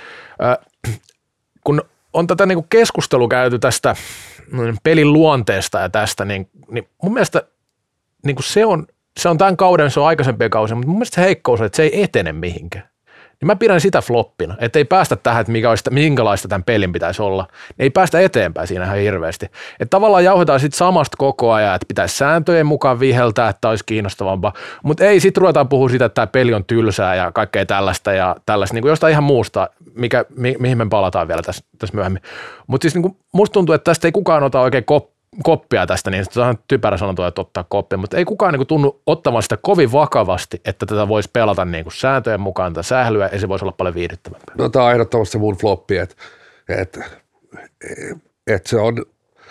kun on tätä niinku keskustelua käyty tästä pelin luonteesta ja tästä, niin mun mielestä niinku se on tämän kauden, se on aikaisempien kausien, mutta mun mielestä se heikkous on, että se ei etene mihinkään. Niin mä pidän sitä floppina, että ei päästä tähän, että minkälaista tämän pelin pitäisi olla. Ei päästä eteenpäin siinä ihan hirveästi. Että tavallaan jauhetaan sitten samasta koko ajan, että pitäisi sääntöjen mukaan viheltää, että olisi kiinnostavampaa. Mutta ei sitten ruvetaan puhua siitä, että tämä peli on tylsää ja kaikkea tällaista ja tällaista, niin kuin jostain ihan muusta, mihin me palataan vielä tässä myöhemmin. Mutta siis niin musta tuntuu, että tästä ei kukaan ota oikein koppia tästä, niin se on typerä sanontua, että ottaa koppia, mutta ei kukaan niin tunnu ottamaan sitä kovin vakavasti, että tätä voisi pelata niin kuin sääntöjen mukaan tätä sählyä, ja se voisi olla paljon viihdyttävämpää. No tämä on ehdottomasti se mun floppi, että se on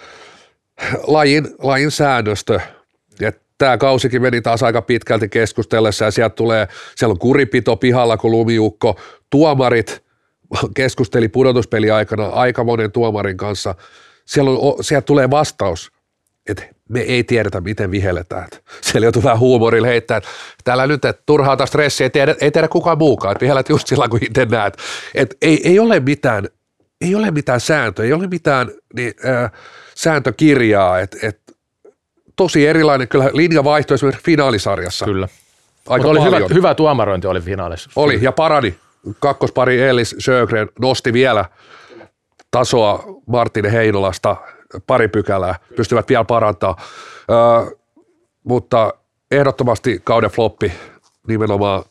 lajin säännöstö, että tämä kausikin meni taas aika pitkälti keskustellessa, ja siellä on kuripito pihalla, kun lumiukko, tuomarit keskusteli pudotuspeli aikana aika monen tuomarin kanssa. Sieltä tulee vastaus, että me ei tiedetä, miten vihelletään. Siellä joutuu vähän huumorilla heittää, että täällä nyt, että turhaa stressiä, ei tiedä kukaan muukaan, että vihellet just sillä, kun itse näet. Että ei ole mitään sääntöä, ei ole mitään sääntökirjaa, että tosi erilainen, kyllä linja vaihtoi esimerkiksi finaalisarjassa. Kyllä. Aika oli paljon. hyvä tuomarointi oli finaalissa. Oli, ja parani. Kakkospari Ellis Sjögren nosti vielä tasoa Martin Heinolasta, pari pykälää, pystyvät vielä parantaa, mutta ehdottomasti kauden floppi nimenomaan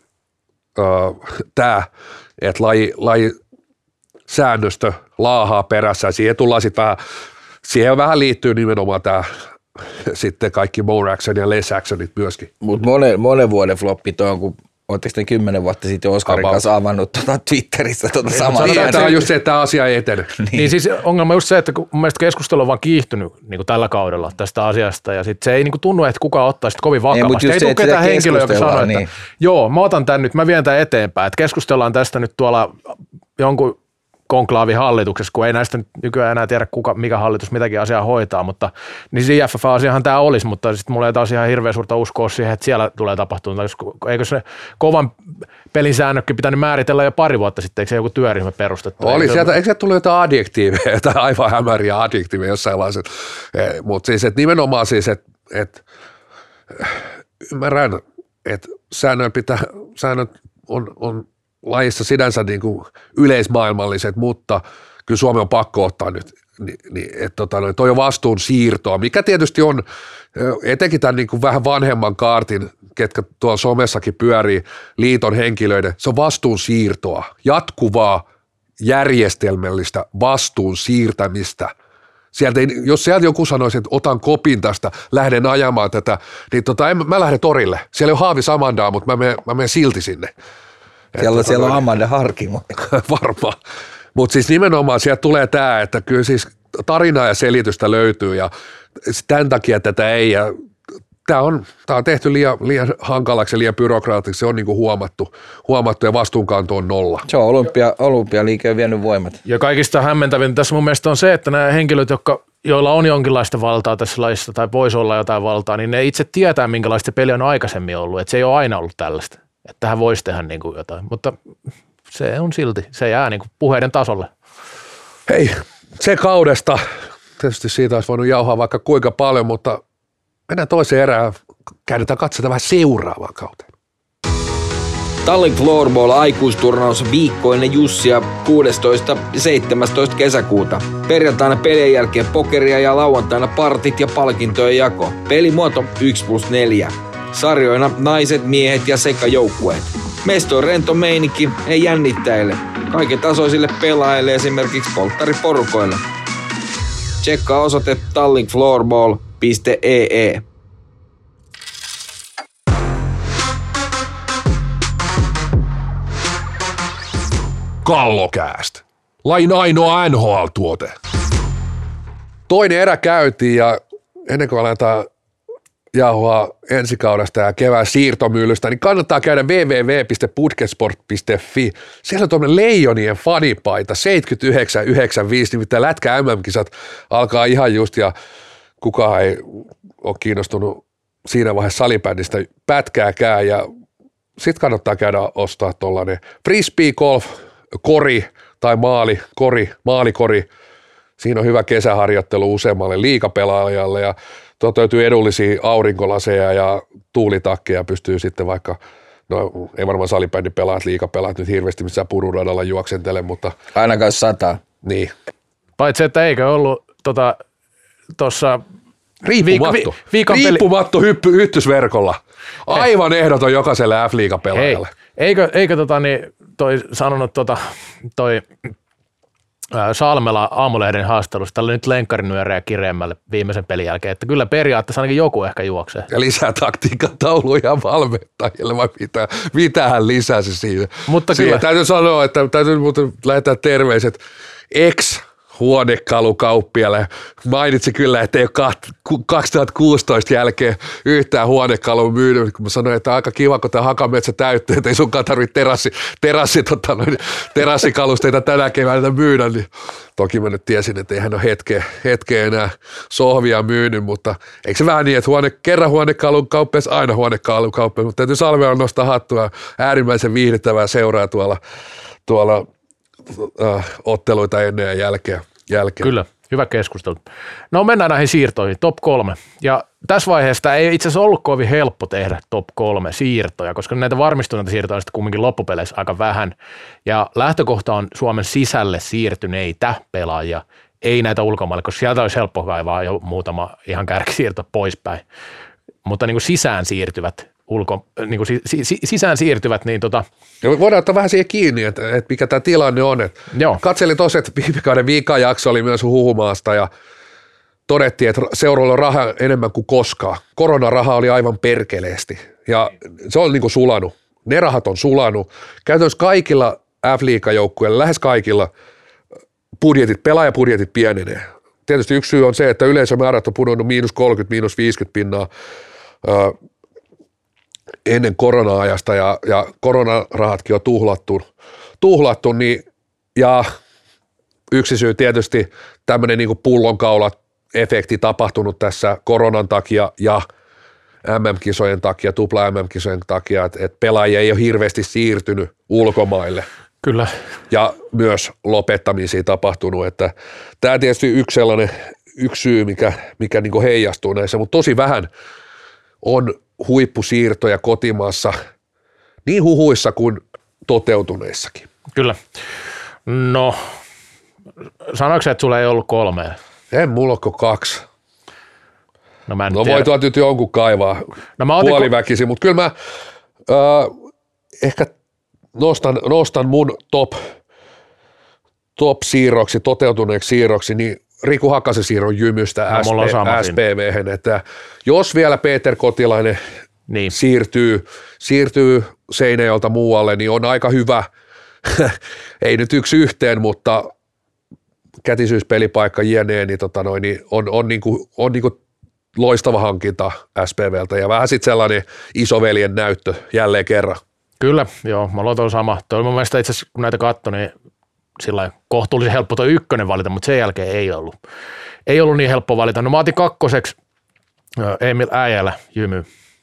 tämä, että laji säännöstö laahaa perässä, ja siihen vähän liittyy nimenomaan tämä sitten kaikki more action ja less actionit myöskin. Mutta monen vuoden floppi toi on, kun oletteko te 10 vuotta sitten Oskarin kanssa avannut Twitterissä samaa? Tämä on just se, että tämä asia ei etene. Niin siis ongelma on just se, että mun mielestä keskustelu on vaan kiihtynyt niin kuin tällä kaudella tästä asiasta, ja sitten se ei niin kuin tunnu, että kukaan ottaa sitä kovin vakavasti. Ei tule ketään henkilöä, joka sanoo, että joo, mä otan tämän nyt, mä vien tämän eteenpäin, että keskustellaan tästä nyt tuolla jonkun konklaavihallituksessa, kun ei näistä nykyään enää tiedä, mikä hallitus mitäkin asiaa hoitaa, mutta niin se IFF-asiahan tämä olisi, mutta sitten mulla ei taas ihan hirveän suurta uskoa siihen, että siellä tulee tapahtumaan. Eikö se kovan pelin säännökki pitänyt määritellä jo pari vuotta sitten, eikö se joku työryhmä perustettu? Oli, eikö se tullut jotain adjektiiveja, tai aivan hämäriä adjektiiveja jossain vaiheessa, mutta siis, että nimenomaan siis, että ymmärrän, että säännöt on lajissa sinänsä niin kuin yleismaailmalliset, mutta kyllä Suomi on pakko ottaa nyt, että toi on vastuun siirtoa, mikä tietysti on etenkin tämän niin kuin vähän vanhemman kaartin, ketkä tuolla somessakin pyörii liiton henkilöiden, se on vastuun siirtoa, jatkuvaa järjestelmällistä vastuun siirtämistä Sieltä ei, jos sieltä joku sanoisi, että otan kopin tästä, lähden ajamaan tätä, niin mä lähden torille. Siellä on Haavi Samandaa, mutta mä menen silti sinne. Siellä on Amanda Harkimo. Varmaan. Mutta siis nimenomaan sieltä tulee tämä, että kyllä siis tarinaa ja selitystä löytyy ja tämän takia tätä ei. Ja tämä on tehty liian hankalaksi ja liian byrokraatiksi, se on niinku huomattu ja vastuunkanto on 0. Se on olympialiike on vienyt voimat. Ja kaikista hämmentävintä tässä mun mielestä on se, että nämä henkilöt, joilla on jonkinlaista valtaa tässä lajissa tai voisi olla jotain valtaa, niin ne itse tietää, minkälaista peli on aikaisemmin ollut. Että se ei ole aina ollut tällaista. Että tähän voisi tehdä niin kuin jotain, mutta se on silti, se jää niin kuin puheiden tasolle. Hei, se kaudesta, tietysti siitä olisi voinut jauhaa vaikka kuinka paljon, mutta mennään toiseen erään, käydetään katsotaan vähän seuraavaan kauteen. Tallink Floorball aikuisturnaus viikkoinen Jussia 16. ja 17. kesäkuuta. Perjantaina pelien jälkeen pokeria ja lauantaina partit ja palkintojen jako. Pelimuoto 1+4. Sarjoina naiset, miehet ja sekajoukkueet. Mesto on rento meininki, ei jännittäjille. Kaiken tasoisille pelaajille, esimerkiksi polttariporukoille. Tsekkaa osoite tallinkfloorball.ee. Kallokääst. Lain ainoa NHL-tuote. Toinen erä käytiin ja ennen kuin aletaan jauhaa ensikaudesta ja kevään siirtomyllystä, niin kannattaa käydä www.putkesport.fi. Siellä on tuommoinen Leijonien fanipaita 7995, nimittäin lätkä MM-kisat alkaa ihan just ja kukaan ei ole kiinnostunut siinä vaiheessa salibändistä pätkääkään ja sitten kannattaa käydä ostaa tuollainen frisbee golf kori tai maalikori. Siinä on hyvä kesäharjoittelu useammalle liigapelaajalle ja löytyy edullisia aurinkolaseja ja tuulitakkeja, pystyy sitten vaikka, no ei varmaan salibändin pelaat, liigapelaat nyt hirveästi missään pururadalla juoksentele, mutta ainakaan 100. Niin. Paitsi, että eikö ollut tuossa riippumatto hyttysverkolla. Aivan ehdoton jokaiselle F-liigapelaajalle. Eikö toi sanonut toi Salmela Aamulehden haastattelussa, tällä nyt lenkkarinyöreä kireemmälle viimeisen pelin jälkeen, että kyllä periaatteessa ainakin joku ehkä juoksee. Ja lisää taktiikan tauluja valmentajille, vai mitä hän lisäsi siinä. Mutta kyllä. Täytyy sanoa, että täytyy muuten lähettää terveiset huonekalukauppialle. Mainitsi kyllä, että ei ole 2016 jälkeen yhtään huonekalua myynyt, kun mä sanoin, että aika kiva, kun tämä Hakametsä täyttyy, että ei sunkaan tarvitse terassikalusteita tänä keväänä myydä, niin toki mä nyt tiesin, että ei hän ole hetkeä enää sohvia myynyt, mutta eikö se vähän niin, että kerran huonekalun kauppias, aina huonekalun kauppias, mutta täytyy Salmella nostaa hattua, äärimmäisen viihdyttävää seuraa tuolla otteluita ennen ja jälkeen. Kyllä, hyvä keskustelu. No mennään näihin siirtoihin, top 3. Ja tässä vaiheessa ei itse asiassa ollut kovin helppo tehdä top 3 siirtoja, koska näitä varmistuneita siirtoja on sitten kumminkin loppupeleissä aika vähän. Ja lähtökohta on Suomen sisälle siirtyneitä pelaajia, ei näitä ulkomaille, koska sieltä olisi helppo kaivaa jo muutama ihan kärkisiirto poispäin. Mutta niin kuin sisään siirtyvät sisään siirtyvät, niin Ja voidaan ottaa vähän siihen kiinni, että mikä tämä tilanne on. Katselin tosiaan, että viime kauden viikajakso oli myös huhumaasta ja todettiin, että seuroilla on rahaa enemmän kuin koskaan. Koronaraha oli aivan perkeleesti ja se on niin kuin sulanut. Ne rahat on sulanut. Käytännössä kaikilla F-liigajoukkueilla, lähes kaikilla pelaajapudjetit pienenee. Tietysti yksi syy on se, että yleisömäärät on pudonnut -30, -50 pinnaa ennen korona-ajasta ja koronarahatkin on tuhlattu niin, ja yksi syy tietysti tämmöinen niin kuin pullonkaula-efekti tapahtunut tässä koronan takia ja MM-kisojen takia, tupla MM-kisojen takia, että pelaajia ei ole hirveästi siirtynyt ulkomaille. Kyllä. Ja myös lopettamisia tapahtunut, että tämä tietysti yksi syy, mikä niin kuin heijastuu näissä, mutta tosi vähän on huippusiirtoja kotimaassa niin huhuissa kuin toteutuneissakin. Kyllä. No, sanoiko sä, että sulla ei ollut 3? En mulla ole 2. No voi tuolta nyt jonkun kaivaa puoliväkisin, mutta kyllä mä ehkä nostan mun top siirroksi, toteutuneeksi siirroksi, niin Riku Hakasen siirron Jymystä SPV:hen, että jos vielä Peter Kotilainen niin siirtyy Seinäjoelta muualle, niin on aika hyvä, ei nyt 1-1, mutta kätisyyspelipaikka jne, niin, niin on niinku loistava hankinta SPVltä ja vähän sitten sellainen isoveljen näyttö jälleen kerran. Kyllä, joo, mä luon sama. Toi mun mielestä itse asiassa, kun näitä katsoi, niin sillä kohtuullisen helppo toi 1 valita, mutta sen jälkeen ei ollut niin helppo valita. No mä otin 2. Emil Äijälä Jymy.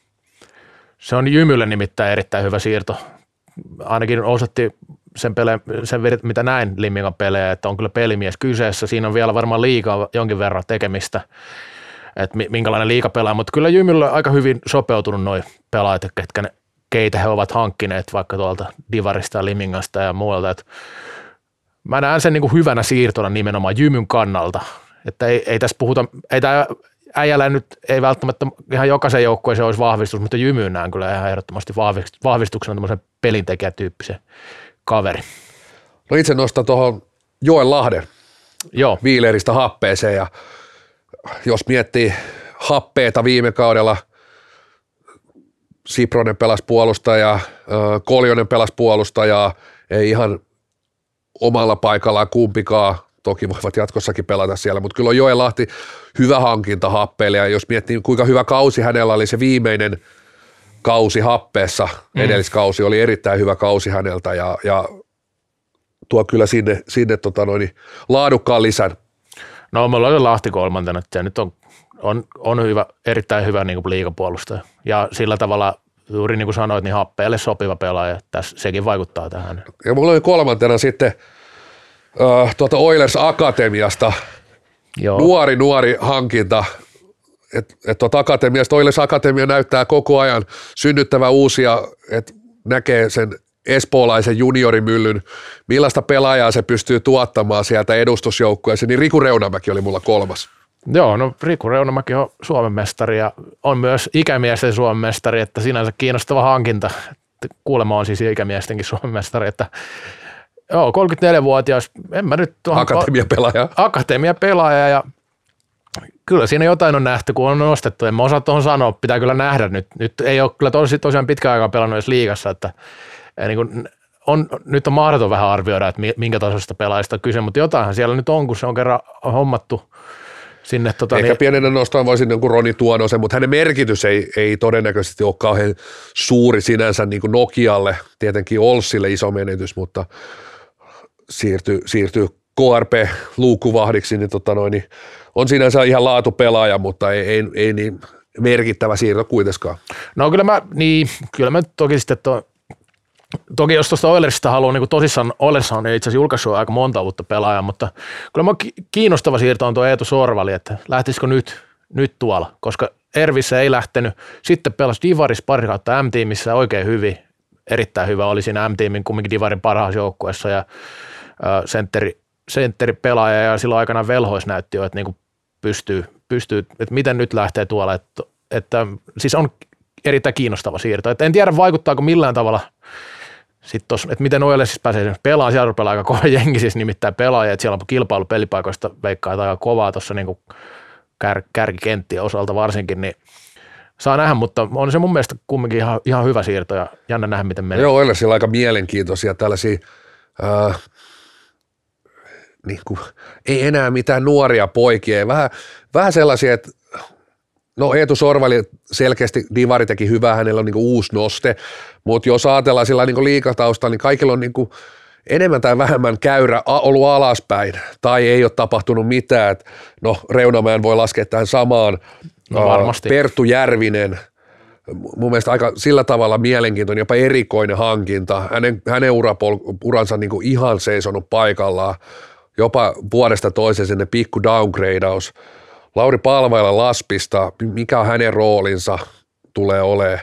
Se on Jymylle nimittäin erittäin hyvä siirto. Ainakin osoitti sen mitä näin Limmingan pelejä, että on kyllä pelimies kyseessä. Siinä on vielä varmaan liigaa jonkin verran tekemistä, että minkälainen liigapelaaja, mutta kyllä Jymylle aika hyvin sopeutunut noi pelaajat, keitä he ovat hankkineet vaikka tuolta Divarista ja Limmingasta ja muualta. Et mä näen sen niin kuin hyvänä siirtona nimenomaan Jymyn kannalta, että ei tässä puhuta, ei tämä Äijällä nyt ei välttämättä ihan jokaisen joukkueeseen olisi vahvistus, mutta Jymyyn näen kyllä ihan ehdottomasti vahvistuksena tämmöisen pelintekijätyyppisen kaveri. No itse nostan tuohon Joel Lahden Viileristä Happeeseen ja jos miettii Happeeta viime kaudella, Sipronen pelasi puolustajaa, Koljonen pelasi puolustajaa, ei ihan omalla paikallaan kumpikaan, toki voivat jatkossakin pelata siellä, mutta kyllä on Joel Lahti hyvä hankinta Happeelle ja jos miettii kuinka hyvä kausi hänellä oli se viimeinen kausi Happeessa, edelliskausi oli erittäin hyvä kausi häneltä ja tuo kyllä sinne laadukkaan lisän. No me ollaan Lahti 3, että se nyt on hyvä, erittäin hyvä niin kuin liigapuolustaja ja sillä tavalla juuri niin kuin sanoit, niin Happeelle sopiva pelaaja, tässä sekin vaikuttaa tähän. Ja mulla oli 3. sitten Oilers Akatemiasta nuori hankinta, että Akatemiasta Oilers Akatemia näyttää koko ajan synnyttävän uusia, että näkee sen espoolaisen juniorimyllyn, millaista pelaajaa se pystyy tuottamaan sieltä edustusjoukkueeseen, niin Riku Reunamäki oli mulla 3. Joo, no Riku Reunamäki on Suomen mestari ja on myös ikämiesten Suomen mestari, että sinänsä kiinnostava hankinta. Kuulemma on siis ikämiestenkin Suomen mestari, että joo, 34-vuotias, en mä nyt Akatemiapelaaja ja kyllä siinä jotain on nähty, kun on nostettu. En mä osaa tuohon sanoa, pitää kyllä nähdä nyt. Nyt ei ole kyllä tosiaan pitkään aikaa pelannut edes liigassa, että niin kuin nyt on mahdoton vähän arvioida, että minkä tasoista pelaajista on kyse, mutta jotainhan siellä nyt on, kun se on kerran hommattu sinne. Ehkä pienenä nostoon voisin jonkun Roni Tuonosen, mutta hänen merkitys ei todennäköisesti ole kauhean suuri sinänsä niin kuin Nokialle, tietenkin Olssille iso menetys, mutta siirtyy KRP-luukkuvahdiksi, niin, niin on sinänsä ihan laatupelaaja, mutta ei niin merkittävä siirto kuitenkaan. No kyllä mä toki sitten toki jos tuosta Oilersista haluaa niin tosissaan, Oilers on itse asiassa julkaissut aika monta uutta pelaajaa, mutta kyllä mä kiinnostava siirto on tuo Eetu Sorvali, että lähtisikö nyt tuolla, koska Ervissä ei lähtenyt, sitten pelasi Divaris pari kautta M-tiimissä oikein hyvin, erittäin hyvä oli siinä M-tiimin kumminkin Divarin parhaassa joukkueessa ja sentteripelaaja ja silloin aikana Velhois näytti jo, että niin pystyy, että miten nyt lähtee tuolla, että siis on erittäin kiinnostava siirto, että en tiedä vaikuttaako millään tavalla sitten tuossa, että miten Oilers siis pääsee pelaamaan, siellä rupeaa aika kova jengi siis nimittäin pelaajia, että siellä on kilpailu pelipaikoista veikkaa aika kovaa tuossa niin kärkikenttien osalta varsinkin, niin saa nähdä, mutta on se mun mielestä kumminkin ihan hyvä siirto ja jännä nähdä, miten menee. Joo, Oilersilla aika mielenkiintoisia tällaisia, niin kuin, ei enää mitään nuoria poikia, vähän sellaisia, että no Eetu Sorvali selkeästi Divari teki hyvää, hänellä on niin kuin uusi noste, mutta jos ajatellaan sillä niin kuin liigataustalla, niin kaikilla on niin kuin enemmän tai vähemmän käyrä ollut alaspäin tai ei ole tapahtunut mitään. Et no Reunamäen voi laskea tähän samaan. No varmasti. Perttu Järvinen, mun mielestä aika sillä tavalla mielenkiintoinen, jopa erikoinen hankinta. Hänen uransa niin kuin ihan seisonut paikallaan, jopa vuodesta toiseen sinne pikku downgradeaus. Lauri Palvaila Laspista, mikä on hänen roolinsa tulee olemaan.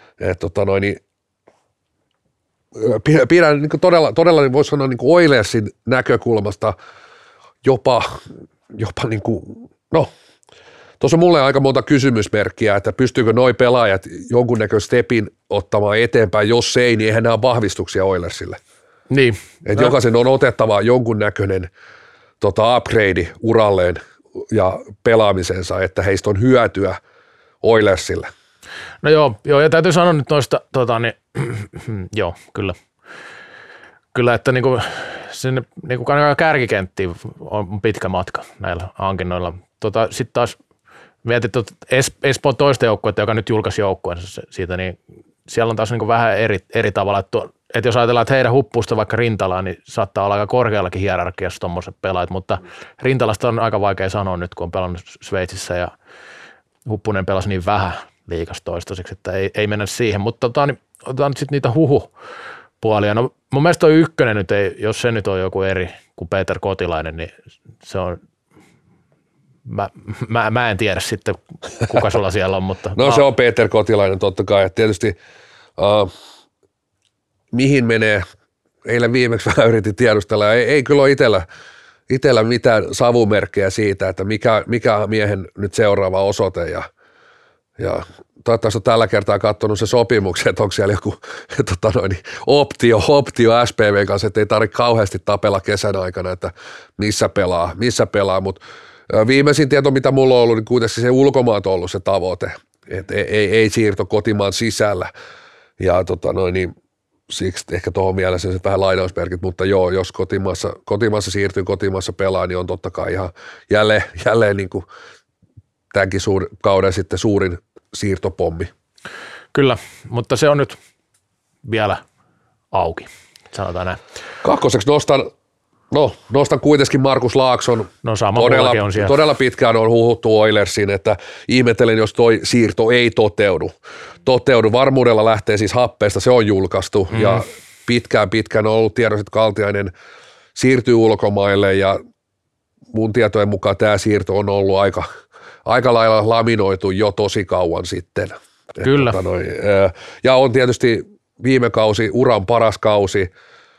Pidän niin todella niin voisi sanoa niin Oilersin näkökulmasta jopa niin kuin, no tuossa on mulle aika monta kysymysmerkkiä, että pystyykö noi pelaajat jonkunnäköisen stepin ottamaan eteenpäin, jos ei, niin eihän nämä ole vahvistuksia Oilersille. Niin. Että jokaisen on otettava jonkunnäköinen upgrade uralleen ja pelaamisensa, että heistä on hyötyä Oilersille. No joo, ja täytyy sanoa nyt noista, joo, kyllä, että niinku, sinne niinku kärkikenttiin on pitkä matka näillä hankinnoilla. Sitten taas mietit Espoon toista joukkuetta, joka nyt julkaisi joukkueensa siitä, niin siellä on taas niinku vähän eri tavalla, että jos ajatellaan, että heidän huppuusta vaikka Rintalaan, niin saattaa olla aika korkeallakin hierarkiassa tuommoiset pelaajat, mutta Rintalasta on aika vaikea sanoa nyt, kun on pelannut Sveitsissä ja Huppunen pelasi niin vähän liigassa toistaiseksi, että ei mennä siihen, mutta otetaan sitten niitä huhupuolia. No mun mielestä toi ykkönen nyt ei, jos se nyt on joku eri kuin Peter Kotilainen, niin se on, mä en tiedä sitten, kuka sulla siellä on, mutta. No se on Peter Kotilainen totta kai, että tietysti mihin menee, eilen viimeksi vähän yritin tiedustella, ja ei kyllä ole itsellä mitään savumerkkejä siitä, että mikä on miehen nyt seuraava osoite, ja toivottavasti on tällä kertaa katsonut se sopimuksen, että onko siellä joku optio SPV:n kanssa, että ei tarvitse kauheasti tapella kesän aikana, että missä pelaa, mutta viimeisin tieto, mitä mulla on ollut, niin kuitenkin se ulkomaat on ollut se tavoite, että ei siirto kotimaan sisällä, ja niin siksi ehkä tuohon mielessä se vähän lainausmerkit, mutta joo, jos kotimaassa siirtyy, kotimaassa pelaa, niin on totta kai ihan jälleen niin kuin tämänkin kauden sitten suurin siirtopommi. Kyllä, mutta se on nyt vielä auki, sanotaan näin. Kakkoseksi nostan kuitenkin Markus Laakson. No sama on siellä. Todella pitkään on huhuttu Oilersiin, että ihmettelen, jos toi siirto ei toteudu. Varmuudella lähtee siis Happeesta, se on julkaistu ja pitkään on ollut tiedossa, että Kaltiainen siirtyy ulkomaille ja mun tietojen mukaan tämä siirto on ollut aika lailla laminoitu jo tosi kauan sitten. Kyllä. Ja on tietysti viime kausi, uran paras kausi,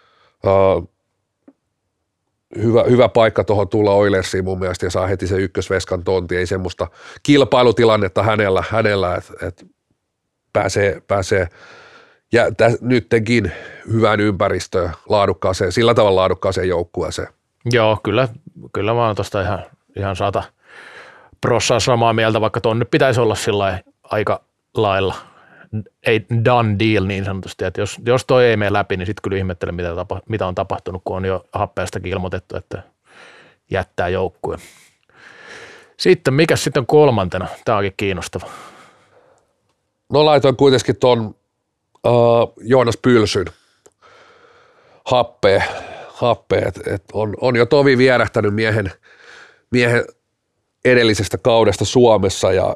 hyvä paikka tuohon tulla Oilersiin mun mielestä ja saa heti se ykkösveskan tonti, ei semmoista kilpailutilannetta hänellä että pääsee ja nyttenkin hyvään ympäristöön, sillä tavalla laadukkaaseen joukkueeseen. Joo, kyllä mä oon tuosta ihan 100% samaa mieltä, vaikka tuon nyt pitäisi olla sillä aika lailla ei done deal niin sanotusti, että jos toi ei mene läpi, niin sitten kyllä ihmettelen, mitä on tapahtunut, kun on jo Happeestakin ilmoitettu, että jättää joukkueen. Sitten, mikä sitten kolmantena? Tämä onkin kiinnostava. No laitoin kuitenkin ton Joonas Pylsyn Happeen, että on jo tovi vierähtänyt miehen edellisestä kaudesta Suomessa ja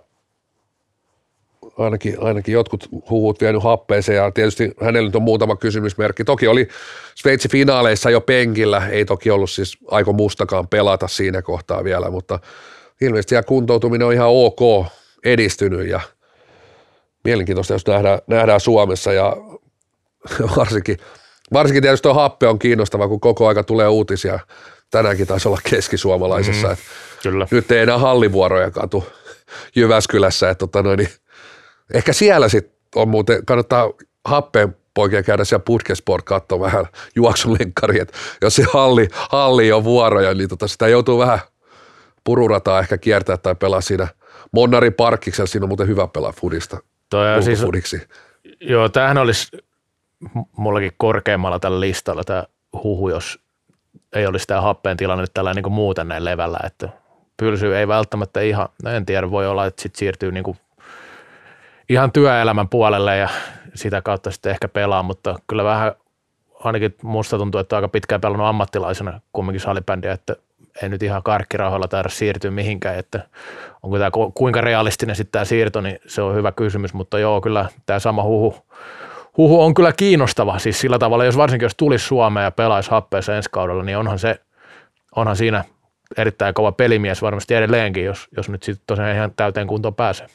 ainakin jotkut huhut vienyt Happeeseen ja tietysti hänellä nyt on muutama kysymysmerkki. Toki oli Sveitsin finaaleissa jo penkillä, ei toki ollut siis aiko mustakaan pelata siinä kohtaa vielä, mutta ilmeisesti kuntoutuminen on ihan ok edistynyt ja mielenkiintoista, jos nähdään Suomessa ja varsinkin tietysti tuo Happe on kiinnostava, kun koko aika tulee uutisia. Tänäänkin taisi olla keskisuomalaisessa. Kyllä. Nyt ei enää hallivuoroja katu Jyväskylässä. Että ehkä siellä sitten on muuten, kannattaa Happeen poikien käydä siellä Putkesport katsoa vähän juoksulenkkari, että jos se halli on vuoroja, niin sitä joutuu vähän pururataa ehkä kiertää tai pelaa siinä Monnarin parkkiksella, siinä on muuten hyvä pelaa fudista. Siis, joo, tämähän olisi mullakin korkeammalla tällä listalla tämä huhu, jos ei olisi tämä Happeen tilanne tällä niin kuin muuten näin levällä, että Pylsy ei välttämättä ihan, en tiedä, voi olla, että sitten siirtyy niin kuin ihan työelämän puolelle ja sitä kautta sitten ehkä pelaa, mutta kyllä vähän ainakin musta tuntuu, että on aika pitkään pelannut ammattilaisena kumminkin salibändiä, että ei nyt ihan karkkirahoilla taida siirtyä mihinkään, että onko tämä kuinka realistinen sitten tämä siirto, niin se on hyvä kysymys, mutta joo, kyllä tämä sama huhu on kyllä kiinnostava, siis sillä tavalla, varsinkin jos tulisi Suomeen ja pelaisi Happeessa ensi kaudella, niin onhan siinä erittäin kova pelimies varmasti edelleenkin, jos nyt sitten tosiaan ihan täyteen kuntoon pääsee.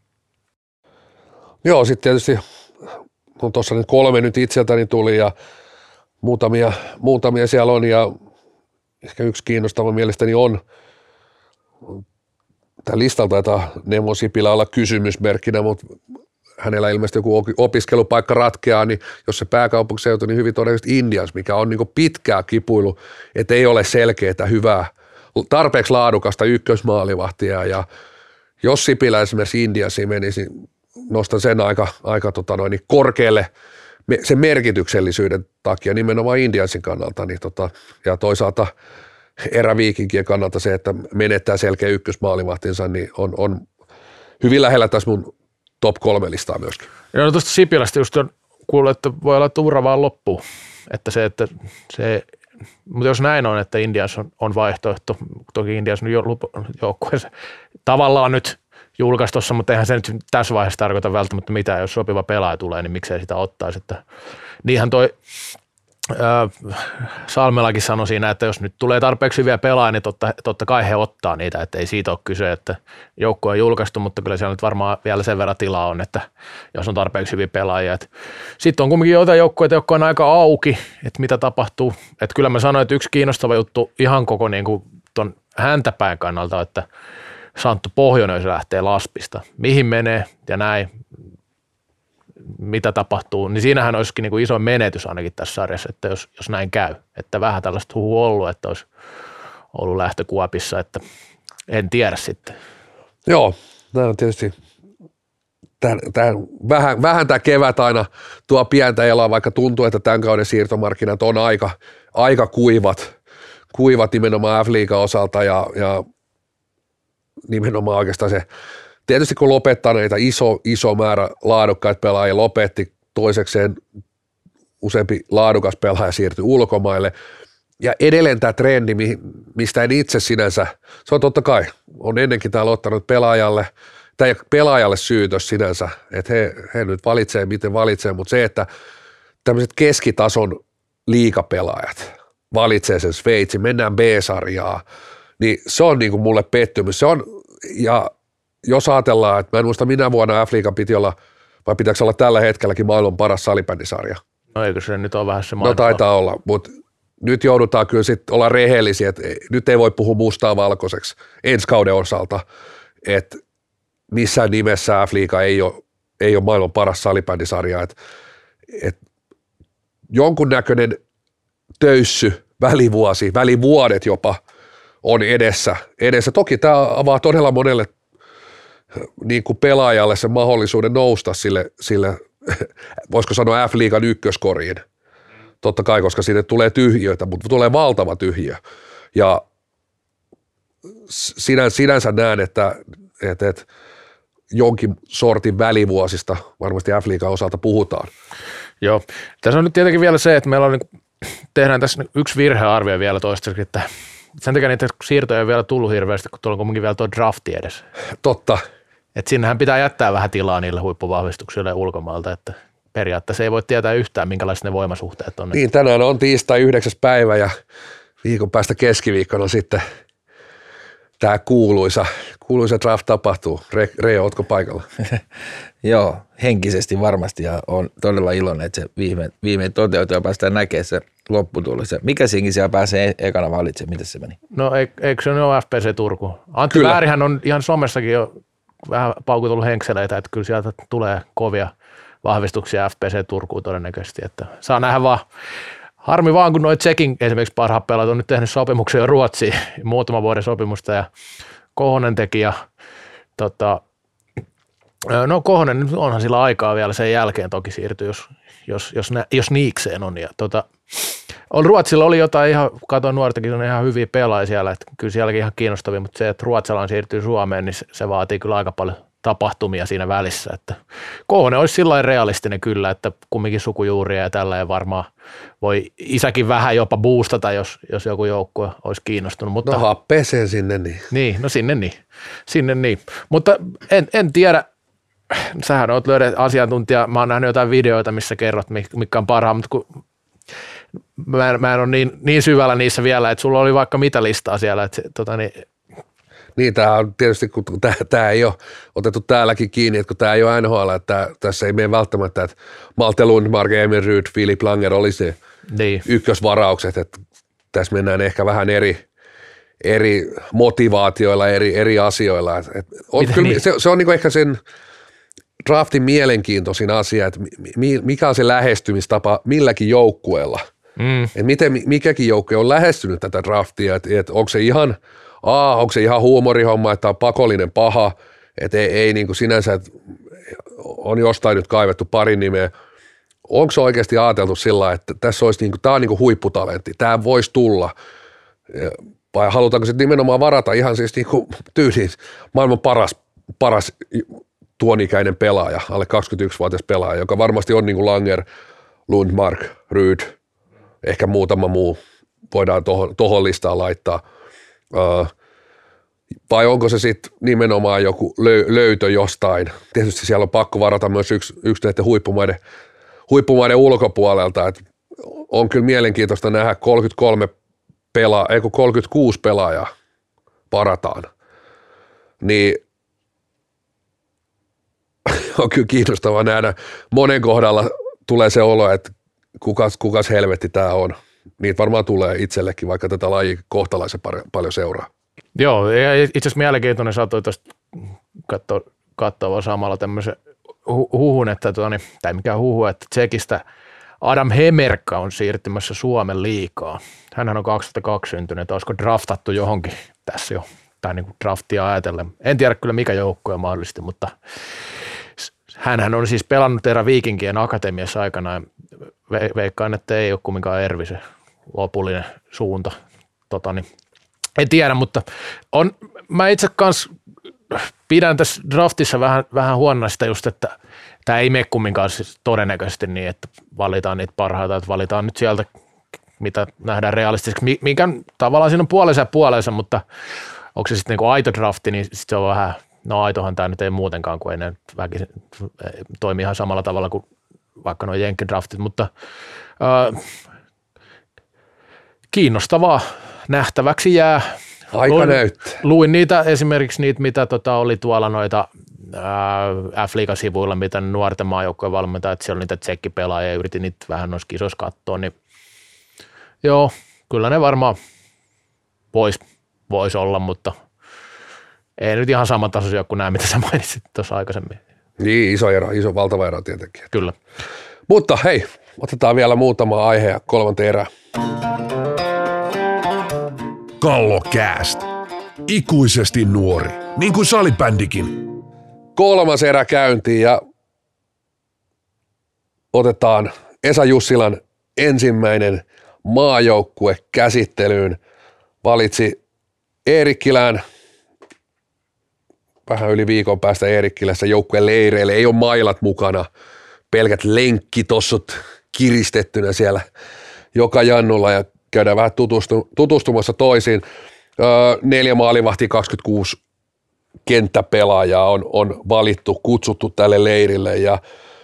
Joo, sitten tietysti kun tuossa nyt 3 nyt itseltäni tuli ja muutamia siellä on ja ehkä yksi kiinnostava mielestäni on, tämä listalla taitaa Nemo Sipilä olla kysymysmerkkinä, mutta hänellä ilmeisesti joku opiskelupaikka ratkeaa, niin jos se pääkaupunkiseutu, niin hyvin todennäköisesti Indians, mikä on niin pitkää kipuilu, että ei ole selkeää, hyvää, tarpeeksi laadukasta ykkösmaalivahtia, ja jos Sipilä esimerkiksi Indiansiin menisi, nostan sen aika korkealle sen merkityksellisyyden takia nimenomaan Indiansin kannalta, niin ja toisaalta eräviikinkien kannalta se, että menettää selkeä ykkösmaalivahtinsa, niin on hyvin lähellä tässä mun top 3 listaa myöskin. Joo, no tuosta Sipilästä just on kuullut, että voi olla, että ura vaan loppuu. Mutta jos näin on, että Indians on vaihtoehto, toki Indians on joukkueessa tavallaan nyt julkaistossa, mutta eihän se nyt tässä vaiheessa tarkoita välttämättä mitään, jos sopiva pelaaja tulee, niin miksei sitä ottaisi. Niinhän toi Salmelakin sanoi siinä, että jos nyt tulee tarpeeksi hyviä pelaajia, niin totta kai he ottaa niitä, että ei siitä ole kyse, että joukkue on julkaistu, mutta kyllä siellä nyt varmaan vielä sen verran tilaa on, että jos on tarpeeksi hyviä pelaajia. Sitten on kuitenkin jotain joukkueita, jotka on aika auki, että mitä tapahtuu. Että kyllä mä sanoin, että yksi kiinnostava juttu ihan koko niin kuin ton häntäpään kannalta, että Santtu Pohjonen lähtee Laspista. Mihin menee ja näin, mitä tapahtuu, niin siinähän olisikin niin kuin iso menetys ainakin tässä sarjassa, että jos näin käy. Että vähän tällaista huhua ollut, että olisi ollut lähtökuopissa, että en tiedä sitten. Joo, nämä on tietysti, vähän tämä kevät aina tuo pientä eloa, vaikka tuntuu, että tämän kauden siirtomarkkinat on aika kuivat nimenomaan F-liigan osalta ja nimenomaan oikeastaan se, tietysti kun lopettaneita iso määrä laadukkaita pelaajia lopetti, toisekseen useampi laadukas pelaaja siirtyi ulkomaille ja edelleen tämä trendi, mistä en itse sinänsä, se on totta kai, on ennenkin täällä ottanut pelaajalle syytös sinänsä, että he nyt valitsee miten valitsee, mutta se, että tämmöiset keskitason liigapelaajat valitsee sen Sveitsin, mennään B-sarjaa, niin se on niin kuin mulle pettymys. Se on, ja jos ajatellaan, että mä en muista minä vuonna F-liigan piti olla, vai pitääkö olla tällä hetkelläkin maailman paras salibändisarja? No eikö se nyt ole vähän se No taitaa olla, mutta nyt joudutaan kyllä sitten olla rehellisiä, että nyt ei voi puhua mustaa valkoiseksi ensi kauden osalta, että missään nimessä F-liiga ei ole maailman paras salibändisarja, että jonkunnäköinen töyssy, välivuodet jopa on edessä. Toki tämä avaa todella monelle niin kuin pelaajalle sen mahdollisuuden nousta sille voisiko sanoa F-liigan ykköskoriin. Totta kai, koska sinne tulee tyhjiöitä, mutta tulee valtava tyhjiö. Ja sinänsä näen, että jonkin sortin välivuosista varmasti F-liigan osalta puhutaan. Joo. Tässä on nyt tietenkin vielä se, että meillä on tehdään tässä yksi virhearvio vielä toistaiseksi, että sen takia niitä siirtoja ei vielä tullut hirveästi, kun tuolla on kuitenkin vielä tuo drafti edessä. Totta. Että sinnehän pitää jättää vähän tilaa niille huippuvahvistuksille ulkomailta, että periaatteessa ei voi tietää yhtään, minkälaiset ne voimasuhteet on. Niin, tänään on tiistai 9. päivä ja viikon päästä keskiviikkona sitten tämä kuuluisa draft tapahtuu. Reijo, ootko paikalla? Joo, henkisesti varmasti ja on todella iloinen, että se viimein toteutuu ja päästään näkemään se lopputulos. Mikä siinkin siellä pääsee ekana valitsemaan? Miten se meni? No eikö se ole FPC Turku? Antti Väärihän on ihan somessakin jo vähän paukutellut henkseleitä, että kyllä sieltä tulee kovia vahvistuksia FPC Turkuun todennäköisesti, että saa nähdä vaan. Harmi vaan, kun noit Tsekin esimerkiksi parhaat pelaat on nyt tehnyt sopimuksia Ruotsiin, muutaman vuoden sopimusta ja Kohonen teki ja no Kohonen onhan sillä aikaa vielä sen jälkeen toki siirtyy, jos niikseen on. Ja Ruotsilla oli jotain ihan, katoin nuortakin, on ihan hyviä pelaajia siellä, että kyllä sielläkin ihan kiinnostavia, mutta se, että ruotsalainen siirtyy Suomeen, niin se vaatii kyllä aika paljon tapahtumia siinä välissä, että Kohonen olisi sillain realistinen kyllä, että kumminkin sukujuuria ja tällä varmaan voi isäkin vähän jopa boostata, jos joku joukkue olisi kiinnostunut. Mutta, no happeeseen sinne niin. Niin, no sinne niin. Mutta en tiedä, sähän olet löydä asiantuntija, mä oon nähnyt jotain videoita, missä kerrot, mikä on parhaa, mutta kun mä en ole niin syvällä niissä vielä, että sulla oli vaikka mitä listaa siellä, että Niin, tämä on tietysti, kun tämä ei ole otettu täälläkin kiinni, että kun tämä ei ole NHL, että tässä ei mene välttämättä, että Malte Lundmark, Emil Ryd, Filip Langer oli se ykkösvaraukset, että tässä mennään ehkä vähän eri motivaatioilla, eri asioilla. Se on niin ehkä sen draftin mielenkiintoisin asia, että mikä on se lähestymistapa milläkin joukkueella. Että miten mikäkin joukkue on lähestynyt tätä draftia, että onko se ihan huumorihomma, että on pakollinen paha, että ei niin kuin sinänsä, että on jostain nyt kaivettu pari nimeä. Onko se oikeasti ajateltu sillä, että tässä olisi niin kuin, tämä on niin kuin huipputalentti, tämä voisi tulla, vai halutaanko se nimenomaan varata ihan siis niin kuin tyyliin maailman paras tuon ikäinen pelaaja, alle 21-vuotias pelaaja, joka varmasti on niin kuin Langer, Lundmark, Ryd, ehkä muutama muu voidaan tohon listaan laittaa. Vai onko se sitten nimenomaan joku löytö jostain? Tietysti siellä on pakko varata myös yksi näiden huippumaiden ulkopuolelta. Et on kyllä mielenkiintoista nähdä 36 pelaajaa varataan. Niin on kyllä kiinnostavaa nähdä. Monen kohdalla tulee se olo, että kukas helvetti tämä on. Niitä varmaan tulee itsellekin, vaikka tätä lajia kohtalaisen paljon seuraa. Joo, ja itse asiassa mielenkiintoinen saattoi tuosta katsoa samalla tämmöisen huhun, että tai mikä huhu, että Tsekistä Adam Hemerka on siirtymässä Suomen liigaan. Hänhän on 2002 syntynyt, että olisiko draftattu johonkin tässä jo, tai niin kuin draftia ajatellen. En tiedä kyllä mikä joukkue mahdollisesti, mutta hänhän on siis pelannut Viikinkien akatemiassa aikanaan. Veikkaan, että ei ole kumminkaan Ervi se lopullinen suunta. En tiedä, mutta mä itse kanssa pidän tässä draftissa vähän huonona sitä just, että tämä ei mene kumminkaan siis todennäköisesti niin, että valitaan niitä parhaita, että valitaan nyt sieltä, mitä nähdään realistisesti, mikä tavallaan siinä on puolensa ja puolensa, mutta onko se sitten niinku aito drafti, niin sit se on vähän, no aitohan tämä nyt ei muutenkaan, kun ei ne väkisin toimi ihan samalla tavalla kuin vaikka nuo jenkkidraftit, mutta kiinnostavaa nähtäväksi jää. Aika näyttää. Luin niitä esimerkiksi niitä, mitä oli tuolla noita F-liiga-sivuilla, mitä nuorten maajoukkojen valmentaa, että siellä on niitä tsekkipelaajia ja yritin niitä vähän noissa kisoissa katsoa, niin joo, kyllä ne varmaan vois olla, mutta ei nyt ihan samantasoisia kuin nämä, mitä sä mainitsit tuossa aikaisemmin. Niin, iso valtava ero tietenkin. Kyllä. Mutta hei, otetaan vielä muutama aihe ja kolmanteen erään. Kallokääst. Ikuisesti nuori, niin kuin salibändikin. Kolmas erä käyntiin ja otetaan Esa Jussilan ensimmäinen maajoukkue käsittelyyn. Valitsi Eerikkilään vähän yli viikon päästä Eerikkilässä joukkueen leireille. Ei ole mailat mukana, pelkät lenkkitossut kiristettynä siellä joka jannulla ja käydään vähän tutustumassa toisiin. 4 maalivahtia, 26 kenttäpelaajaa on valittu, kutsuttu tälle leirille ja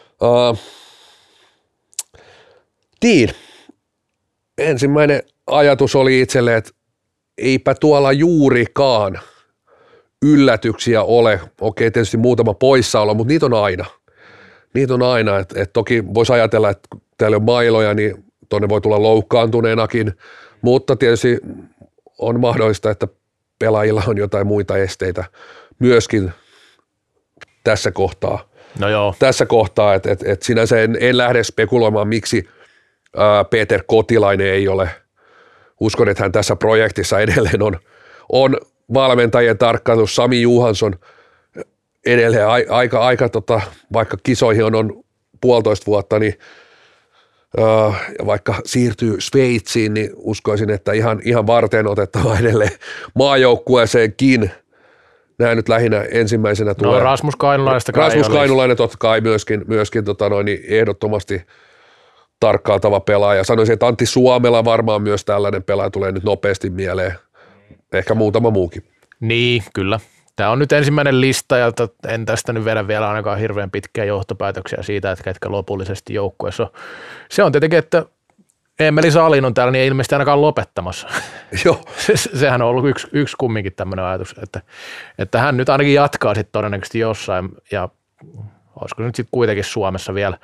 niin, ensimmäinen ajatus oli itselle, että eipä tuolla juurikaan yllätyksiä ole. Okei, tietysti muutama poissaolo, mutta niitä on aina. Et toki voisi ajatella, että täällä on mailoja, niin tuonne voi tulla loukkaantuneenakin, mutta tietysti on mahdollista, että pelaajilla on jotain muita esteitä myöskin tässä kohtaa. No joo. Tässä kohtaa, että sinänsä en lähde spekuloimaan, miksi Peter Kotilainen ei ole. Uskon, että hän tässä projektissa edelleen on valmentajien tarkkailu. Sami Johansson edelleen aika vaikka kisoihin on 1,5 vuotta, niin vaikka siirtyy Sveitsiin, niin uskoisin, että ihan varten otettava edelleen maajoukkueeseenkin. Nämä nyt lähinnä ensimmäisenä tulee. No Rasmus Kainulainen totta kai myöskin niin ehdottomasti tarkkailtava pelaaja. Sanoisin, että Antti Suomela varmaan myös tällainen pelaaja tulee nyt nopeasti mieleen. Ehkä muutama muukin. Niin, kyllä. Tämä on nyt ensimmäinen lista ja en tästä nyt vedä vielä ainakaan hirveän pitkiä johtopäätöksiä siitä, että ketkä lopullisesti joukkueessa on. Se on tietenkin, että Eemeli Salin on täällä, niin ei ilmeisesti ainakaan lopettamassa. Joo. Sehän on ollut yksi kumminkin tämmöinen ajatus, että hän nyt ainakin jatkaa sitten todennäköisesti jossain ja olisiko nyt sitten kuitenkin Suomessa vielä.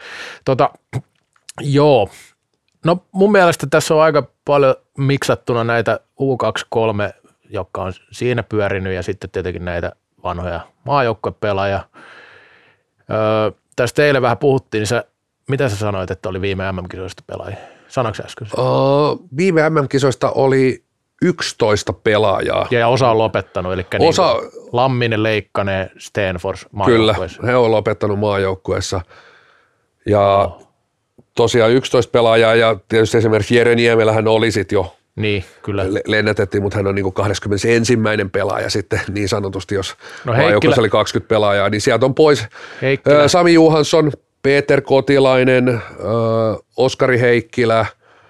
Joo. No mun mielestä tässä on aika paljon miksattuna näitä U23, jotka on siinä pyörinyt ja sitten tietenkin näitä vanhoja maajoukkuepelaajia. Tästä eilen vähän puhuttiin, niin mitä sä sanoit, että oli viime MM-kisoista pelaajia? Sanoitko äsken? Viime MM-kisoista oli 11 pelaajaa. Ja osa on lopettanut, eli niin Lamminen, Leikkanen, Stenfors maajoukkueessa. Kyllä, he on lopettanut maajoukkueessa. Ja tosiaan 11 pelaajaa, ja tietysti esimerkiksi Jere Niemelähän oli sitten jo kyllä. Lennätettiin, mutta hän on niin kuin 21. pelaaja sitten niin sanotusti, jos maajoukkueessa oli 20 pelaajaa, niin sieltä on pois Sami Johansson, Peter Kotilainen, Oskari Heikkilä.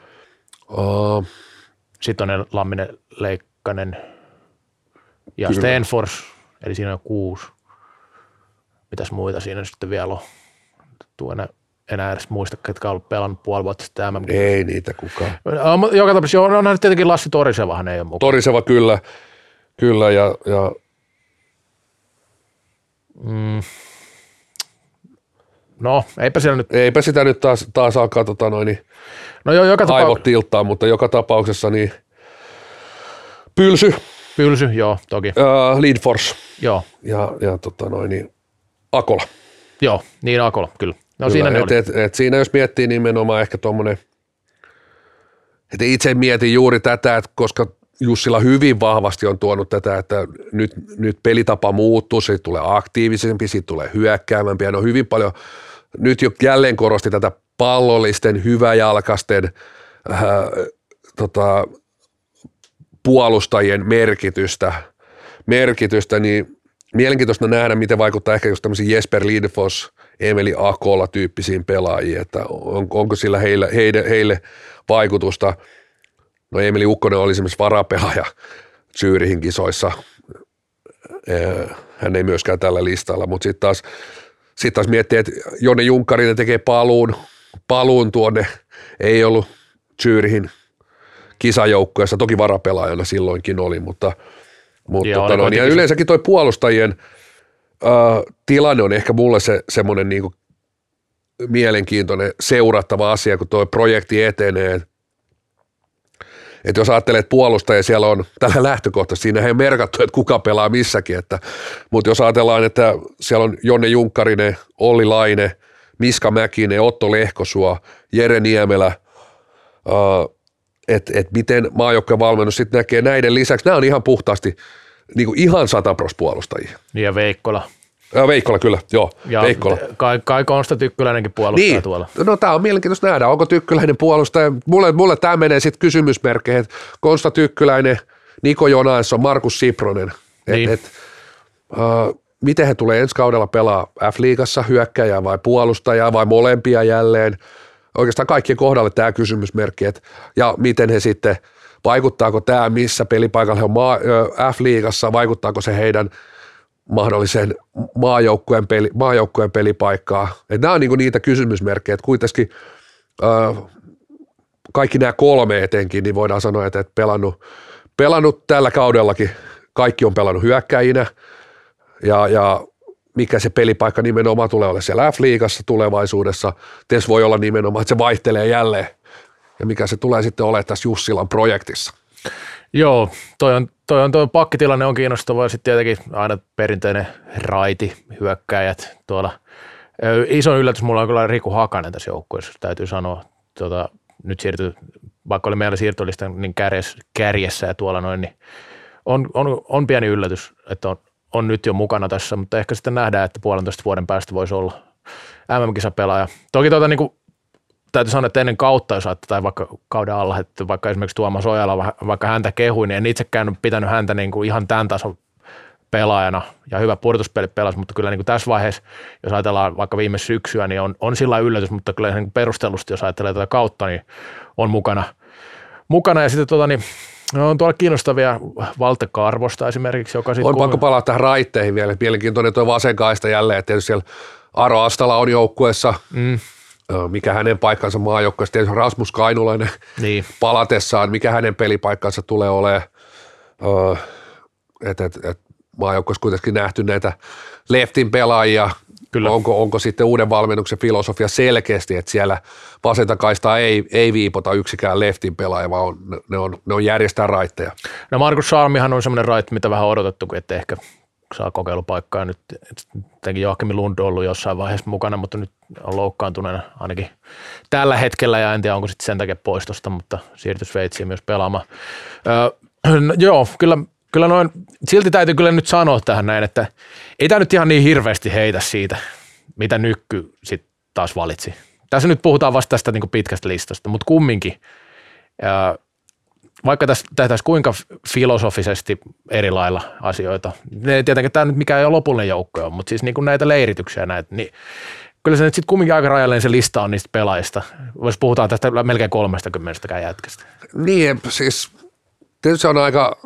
Sitten on Lamminen, Leikkanen ja Stenfors, eli siinä on 6. Mitäs muita siinä sitten vielä on? Enää edes muista, ketkä on ollut pelannut puoli vuotta sitten MM. Ei niitä kukaan. Joka tapauksessa onhan tietenkin Lassi Torisevahan ei ole mukana. Toriseva kyllä ja No, eipä siellä nyt. Eipä sitä nyt taas alkaa aivot tilttaa, mutta joka tapauksessa niin Pylsy, joo, toki. Lidfors. Joo. Ja Akola. Joo, niin Akola, kyllä. No kyllä, siinä ne oli. Siinä jos miettii nimenomaan ehkä tuommoinen, että itse mietin juuri tätä, että koska Jussila hyvin vahvasti on tuonut tätä, että nyt pelitapa muuttuu, siitä tulee aktiivisempi, siitä tulee hyökkäämämpi, ja ne on hyvin paljon, nyt jo jälleen korosti tätä pallollisten, hyväjalkaisten puolustajien merkitystä, niin mielenkiintoista nähdä, miten vaikuttaa ehkä just tämmöisiin Jesper Lidfors, Emeli Akola tyyppisiin pelaajiin, että onko sillä heille vaikutusta. No Emeli Ukkonen oli esimerkiksi varapelaaja Zürihin kisoissa. Hän ei myöskään tällä listalla, mutta sitten taas miettii, että Jonne Junkkarinen tekee paluun tuonne, ei ollut Zürihin kisajoukkueessa, toki varapelaajana silloinkin oli, mutta ja yleensäkin toi puolustajien tilanne on ehkä mulle semmoinen niinku mielenkiintoinen seurattava asia, kun tuo projekti etenee. Että jos ajattelet puolustajia, siellä on tällä lähtökohtaisesti, siinä ei merkattu, että kuka pelaa missäkin, mutta jos ajatellaan, että siellä on Jonne Junkkarinen, Olli Laine, Miska Mäkinen, Otto Lehkosuo, Jere Niemelä, että miten maajoukkojen valmennus sitten näkee näiden lisäksi. Nämä on ihan puhtaasti niinku ihan 100% puolustajia. Ja Veikkola. Veikkola kyllä, joo. Ja Veikkola. Kai Konsta Tykkyläinenkin puolustaa niin. Tuolla. No tämä on mielenkiintoista nähdä, onko Tykkyläinen puolustaja. Mulle tämä menee sitten kysymysmerkkeihin, että Konsta Tykkyläinen, Niko Jonaesson, Markus Sipronen. Niin. Miten he tulee ensi kaudella pelaa F-liigassa, hyökkäjää vai puolustajaa vai molempia jälleen. Oikeastaan kaikkien kohdalle tämä kysymysmerkki, ja miten he sitten, vaikuttaako tämä, missä pelipaikalla he on F-liigassa, vaikuttaako se heidän mahdollisen maajoukkueen pelipaikkaa. Että nämä on niinku niitä kysymysmerkkejä, että kuitenkin kaikki nämä 3 etenkin, niin voidaan sanoa, että pelannut tällä kaudellakin, kaikki on pelannut hyökkäjinä, ja mikä se pelipaikka nimenomaan tulee olla siellä F-liigassa tulevaisuudessa. Tietysti voi olla nimenomaan, että se vaihtelee jälleen, ja mikä se tulee sitten olemaan tässä Jussilan projektissa. Joo, toi pakkitilanne on kiinnostava, ja sitten tietenkin aina perinteinen raiti, hyökkääjät tuolla. Iso yllätys mulla on kyllä Riku Hakanen tässä joukkueessa, täytyy sanoa. Nyt siirtyy, vaikka oli meillä siirtolistan niin kärjessä ja tuolla noin, niin on pieni yllätys, että on nyt jo mukana tässä, mutta ehkä sitten nähdään, että 1,5 vuoden päästä voisi olla MM-kisapelaaja. Toki niin kuin täytyy sanoa, että ennen kautta, jos ajattelee, tai vaikka kauden alla, että vaikka esimerkiksi Tuomas Ojala, vaikka häntä kehui, niin en itsekään pitänyt häntä niin kuin ihan tämän tason pelaajana, ja hyvä pudotuspeli pelasi, mutta kyllä niin kuin tässä vaiheessa, jos ajatellaan vaikka viime syksyä, niin on sillä yllätys, mutta kyllä niin perustellusti, jos ajattelee tätä kautta, niin on mukana ja sitten on tuolla kiinnostavia Valte Karvosta esimerkiksi, joka sitten... On pakko palata tähän raitteihin vielä, mielenkiintoinen tuo vasenkaista jälleen, että tietysti siellä Aro Astala on joukkueessa, mikä hänen paikkansa maajoukkueessa, tietysti Rasmus Kainulainen palatessaan, mikä hänen pelipaikkansa tulee olemaan, että maajoukkueessa kuitenkin nähty näitä leftin pelaajia. Kyllä. Onko sitten uuden valmennuksen filosofia selkeästi, että siellä vasenta kaistaa ei viipota yksikään leftin pelaaja, vaan ne on järjestää raitteja. No Markus Salmihan on semmoinen raitti, mitä vähän odotettukin, että ehkä saa kokeilupaikkaa. Nyt tietenkin Joakim Lund on ollut jossain vaiheessa mukana, mutta nyt on loukkaantuneena ainakin tällä hetkellä, ja en tiedä onko sitten sen takia poistosta, mutta siirtyi Sveitsiin myös pelaamaan. Joo, kyllä noin, silti täytyy kyllä nyt sanoa tähän näin, että ei tämä nyt ihan niin hirveästi heitä siitä, mitä Nykky sitten taas valitsi. Tässä nyt puhutaan vasta tästä niin kuin pitkästä listasta, mutta kumminkin, vaikka tässä tehtäisiin kuinka filosofisesti eri lailla asioita, ne tietenkin tämä nyt mikään ei ole lopullinen joukko, mutta siis niin kuin näitä leirityksiä näitä, niin kyllä se nyt sitten kumminkin aika rajallinen se lista on niistä pelaajista, jos puhutaan tästä melkein 30 jätkästä. Niin, siis tietysti on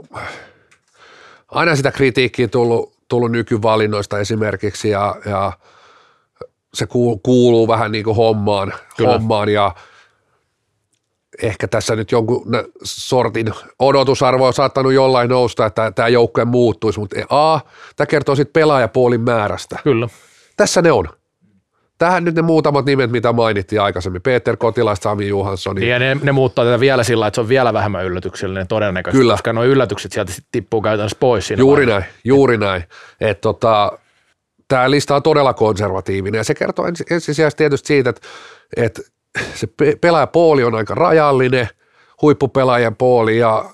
aina sitä kritiikkiä tullut nykyvalinnoista esimerkiksi ja se kuuluu vähän niin kuin hommaan ja ehkä tässä nyt jonkun sortin odotusarvo on saattanut jollain nousta, että tämä joukkue muuttuisi, mutta tämä kertoo sitten pelaajapuolin määrästä. Kyllä. Tässä ne on. Tähän nyt ne muutamat nimet, mitä mainittiin aikaisemmin. Peter Kotilaista, Sami Johansson. Ja ne muuttaa tätä vielä sillä, että se on vielä vähemmän yllätyksellinen todennäköisesti, Kyllä. koska nuo yllätykset sieltä sitten tippuu käytännössä pois. Juuri näin. Tämä lista on todella konservatiivinen ja se kertoo ensisijaisesti tietysti siitä, että se pelaajapooli on aika rajallinen, huippupelaajien pooli ja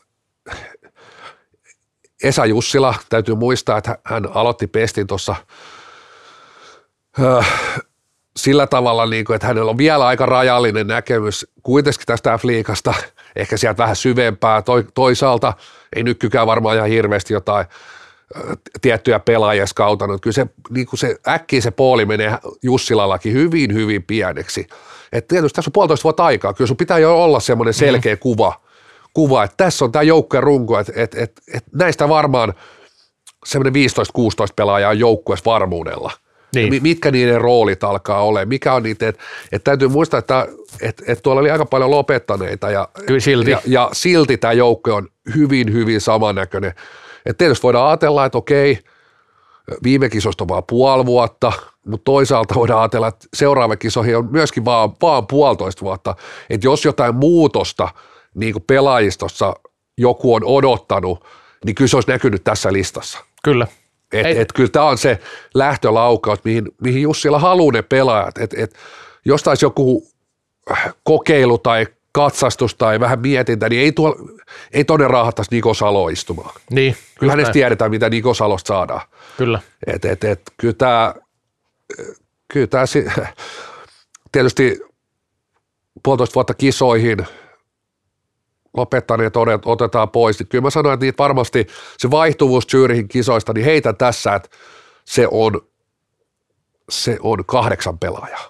Esa Jussila, täytyy muistaa, että hän aloitti pestin tuossa sillä tavalla, että hänellä on vielä aika rajallinen näkemys kuitenkin tästä F-liigasta, ehkä sieltä vähän syvempää, toisaalta ei Nykkykään varmaan ihan hirveästi jotain tiettyjä pelaajia skautanut. Kyllä se äkkiä se pooli menee Jussilallakin hyvin, hyvin pieneksi. Et tietysti tässä on 1,5 vuotta aikaa, kyllä sun pitää jo olla semmoinen selkeä kuva, että tässä on tämä joukkueen runko, että näistä varmaan semmoinen 15-16 pelaajaa on joukkueessa varmuudella. Niin. Mitkä niiden roolit alkaa olemaan, mikä on niitä, että täytyy muistaa, että tuolla oli aika paljon lopettaneita ja silti tämä joukkue on hyvin, hyvin samannäköinen. Että tietysti voidaan ajatella, että okei, viime kisoista on vaan 0,5 vuotta, mutta toisaalta voidaan ajatella, että seuraava kisoihin on myöskin vaan 1,5 vuotta. Että jos jotain muutosta niin kuin pelaajistossa joku on odottanut, niin kyllä se olisi näkynyt tässä listassa. Kyllä. Kyllä tämä on se lähtölaukaus, mihin Jussila haluaa ne pelaajat. Jos taisi joku kokeilu tai katsastus tai vähän mietintä, niin ei tuonne raahattaisi Niko Salo istumaan. Niin, kyllä hänestä tiedetään, mitä Niko Salosta saadaan. Kyllä. Kyllä tämä tietysti 1,5 vuotta kisoihin lopettaneet otetaan pois. Kyllä mä sanoin, että niitä varmasti se vaihtuvuus Zürichin kisoista, niin heitä tässä, että se on 8 pelaajaa.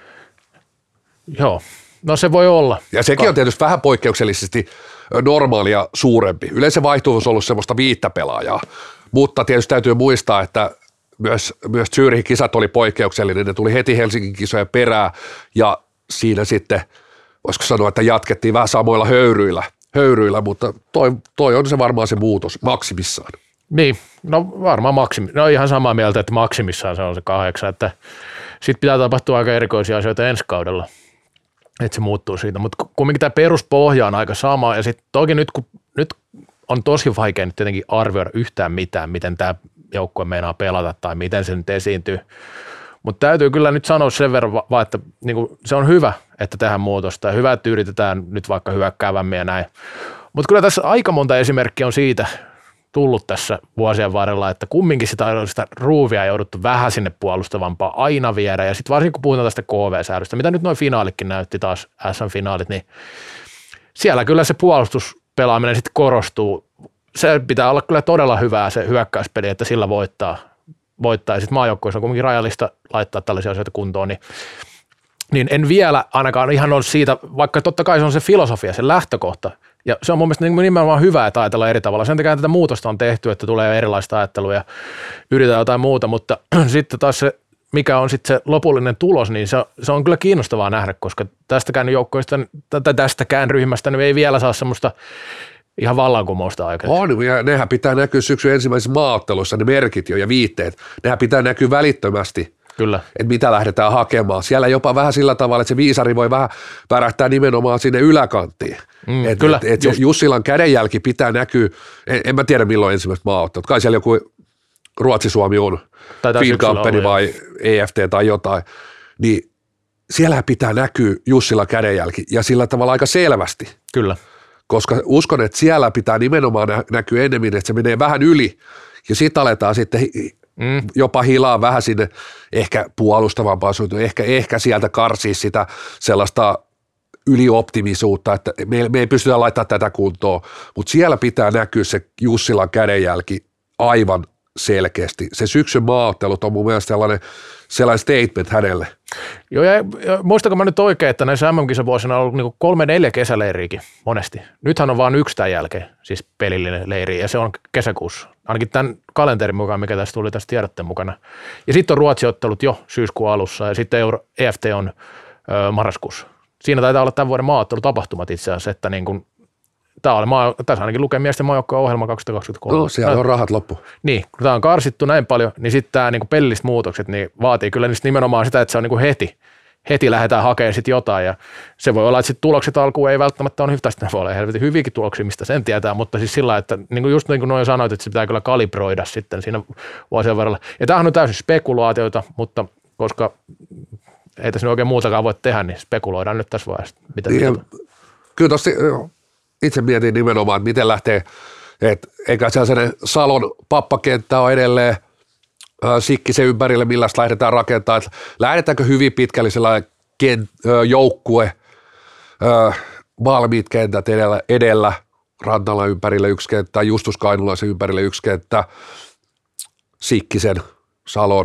Joo, no se voi olla. Ja sekin on tietysti vähän poikkeuksellisesti normaalia suurempi. Yleensä vaihtuvuus on ollut semmoista 5 pelaajaa, mutta tietysti täytyy muistaa, että myös Zürichin kisat oli poikkeuksellinen. Ne tuli heti Helsingin kisojen perään ja siinä sitten voisiko sanoa, että jatkettiin vähän samoilla höyryillä, mutta toi on se varmaan se muutos maksimissaan. Niin, no varmaan no ihan samaa mieltä, että maksimissaan se on se 8, että sitten pitää tapahtua aika erikoisia asioita ensi kaudella, että se muuttuu siitä, mutta kumminkin tämä peruspohja on aika sama ja sitten toki nyt on tosi vaikea nyt tietenkin arvioida yhtään mitään, miten tämä joukkue meinaa pelata tai miten se nyt esiintyy. Mutta täytyy kyllä nyt sanoa sen verran vaan, että niinku, se on hyvä, että tehdään muutosta ja hyvä, että yritetään nyt vaikka hyökkäävämmin ja näin. Mutta kyllä tässä aika monta esimerkkiä on siitä tullut tässä vuosien varrella, että kumminkin sitä ruuvia on jouduttu vähän sinne puolustavampaa aina viedä. Ja sitten varsinkin kun puhutaan tästä KV-säädöstä, mitä nyt noin finaalitkin näytti taas, SM-finaalit, niin siellä kyllä se puolustuspelaaminen sitten korostuu. Se pitää olla kyllä todella hyvää se hyökkäyspeli, että sillä voittaa. Ja sitten maajoukkueessa on kuitenkin rajallista laittaa tällaisia asioita kuntoon, niin en vielä ainakaan ihan ole siitä, vaikka totta kai se on se filosofia, se lähtökohta, ja se on mun mielestä nimenomaan hyvä, että ajatellaan eri tavalla. Sen takia tätä muutosta on tehty, että tulee erilaista ajattelua ja yritetään jotain muuta, mutta sitten taas se, mikä on sitten se lopullinen tulos, niin se on kyllä kiinnostavaa nähdä, koska tästäkään ryhmästä niin ei vielä saa semmoista ihan vallankumousta aikaa. On, ja nehän pitää näkyä syksyn ensimmäisissä maaotteluissa, ne merkit jo ja viitteet. Nehän pitää näkyä välittömästi, kyllä, että mitä lähdetään hakemaan. Siellä jopa vähän sillä tavalla, että se viisari voi vähän värähtää nimenomaan sinne yläkanttiin. Kyllä. Se Jussilan kädenjälki pitää näkyä, en mä tiedä milloin ensimmäiset maaottelut. Kai siellä joku Ruotsi-Suomi on, Taitaa Field syksyllä Company olla, vai EFT tai jotain, niin siellä pitää näkyä Jussila kädenjälki ja sillä tavalla aika selvästi. Kyllä. Koska uskon, että siellä pitää nimenomaan näkyä enemmän, että se menee vähän yli ja sitten aletaan sitten jopa hilaa vähän sinne ehkä puolustavampaan suuntaan, ehkä sieltä karsii sitä sellaista ylioptimisuutta, että me ei pystytä laittamaan tätä kuntoon, mutta siellä pitää näkyä se Jussilan kädenjälki aivan selkeästi. Se syksyn maaottelut on mun mielestä sellainen statement hänelle. Joo, ja muistanko mä nyt oikein, että näissä MM-kisavuosina on ollut niin 3-4 kesäleiriäkin monesti. Nythän on vain yksi tämän jälkeen, siis pelillinen leiri, ja se on kesäkuussa. Ainakin tämän kalenterin mukaan, mikä tässä tuli tässä tiedotteen mukana. Ja sitten on Ruotsi-ottelut jo syyskuun alussa, ja sitten EFT on marraskuussa. Siinä taitaa olla tämän vuoden maaottelutapahtumat itse asiassa, että niin kuin tässä ainakin lukee miesten maajoukkojen ohjelma 2023. No, siellä on rahat loppu. Niin, kun tämä on karsittu näin paljon, niin sitten tämä niin pelilliset muutokset niin vaatii kyllä nimenomaan sitä, että se on niin heti lähdetään hakemaan sitten jotain, ja se voi olla, että sitten tulokset alkuun ei välttämättä ole yhtä, sitten voi olla helvetin hyviäkin tuloksia, mistä sen tietää, mutta siis sillä, että just niin kuin noin sanoit, että se pitää kyllä kalibroida sitten siinä vuosien varrella. Ja tämähän on täysin spekulaatioita, mutta koska ei tässä oikein muutakaan voi tehdä, niin spekuloidaan nyt tässä vaiheessa. Kyllä tosti itse mietin nimenomaan, että miten lähtee, että eikä sellainen Salon pappakenttä ole edelleen Sikkisen ympärille, millaista lähdetään rakentamaan, että lähdetäänkö hyvin pitkälle sellainen joukkue, valmiit kentät edellä, Rantala ympärille yksi kenttä, Justus Kainulaisen ympärille yksi kenttä, Sikkisen, Salon,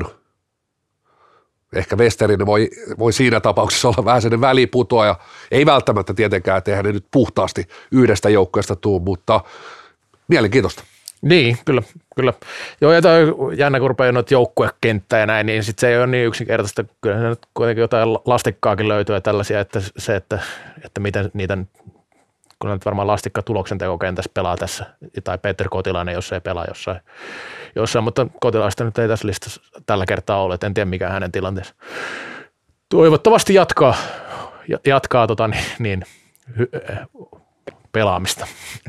ehkä Westerinen voi siinä tapauksessa olla vähän sellainen väliputoaja, ei välttämättä tietenkään tehdä ne nyt puhtaasti yhdestä joukkueesta tuu, mutta mielenkiintoista. Niin, kyllä. Joo, ja tämä on jännä, kun rupeaa noita joukkuekenttää ja näin, niin sitten se ei ole niin yksinkertaista. Kyllä se nyt kuitenkin jotain lastikkaakin löytyy ja tällaisia, että miten niitä, kun nyt varmaan lastikka tuloksentekokentässä pelaa tässä, tai Peter Kotilainen, jos ei pelaa jossain, mutta Kotilaista nyt ei tässä listassa tällä kertaa ole, en tiedä mikä hänen tilanteensa. Toivottavasti jatkaa pelaamista.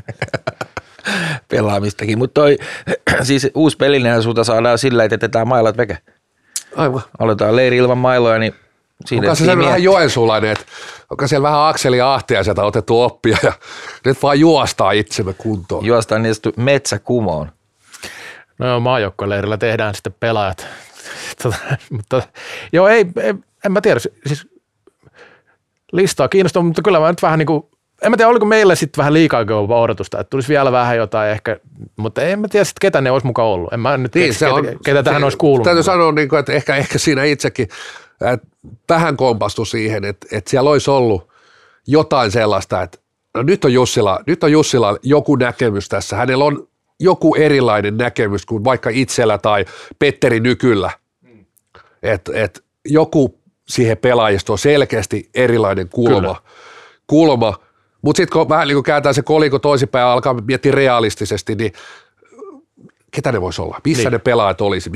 Pelaamistakin, mutta siis uusi pelinen sulta saadaan sillä, että jätetään mailat veke. Aivan. Aloitetaan leiri ilman mailoja, niin siinä onko se vähän joensuulainen, että onko siellä vähän Akseli Ahtia sieltä otettu oppia ja nyt vaan juostaa itsemme kuntoon. Juostaan niistä metsäkumoon. No joo, maajoukkoleirillä tehdään sitten pelaajat. Mutta joo, en mä tiedä, siis listaa kiinnostaa, mutta kyllä mä nyt vähän niin kuin, en mä tiedä, oliko meillä sitten vähän liikaa odotusta, että tulisi vielä vähän jotain ehkä, mutta en mä tiedä sitten, ketä ne olisi mukaan ollut. En mä nyt niin, ketä tähän olisi kuulunut. Täytyy sanoa, että ehkä siinä itsekin vähän kompastu siihen, että siellä olisi ollut jotain sellaista, että no nyt on Jussila joku näkemys tässä. Hänellä on joku erilainen näkemys kuin vaikka itsellä tai Petteri Nykyllä. Että joku siihen pelaajistoon selkeästi erilainen kulma. Mutta sitten kun vähän niin kuin kääntää se koliko toisinpäin ja alkaa miettiä realistisesti, niin ketä ne voisi olla? Missä ne pelaajat olisi?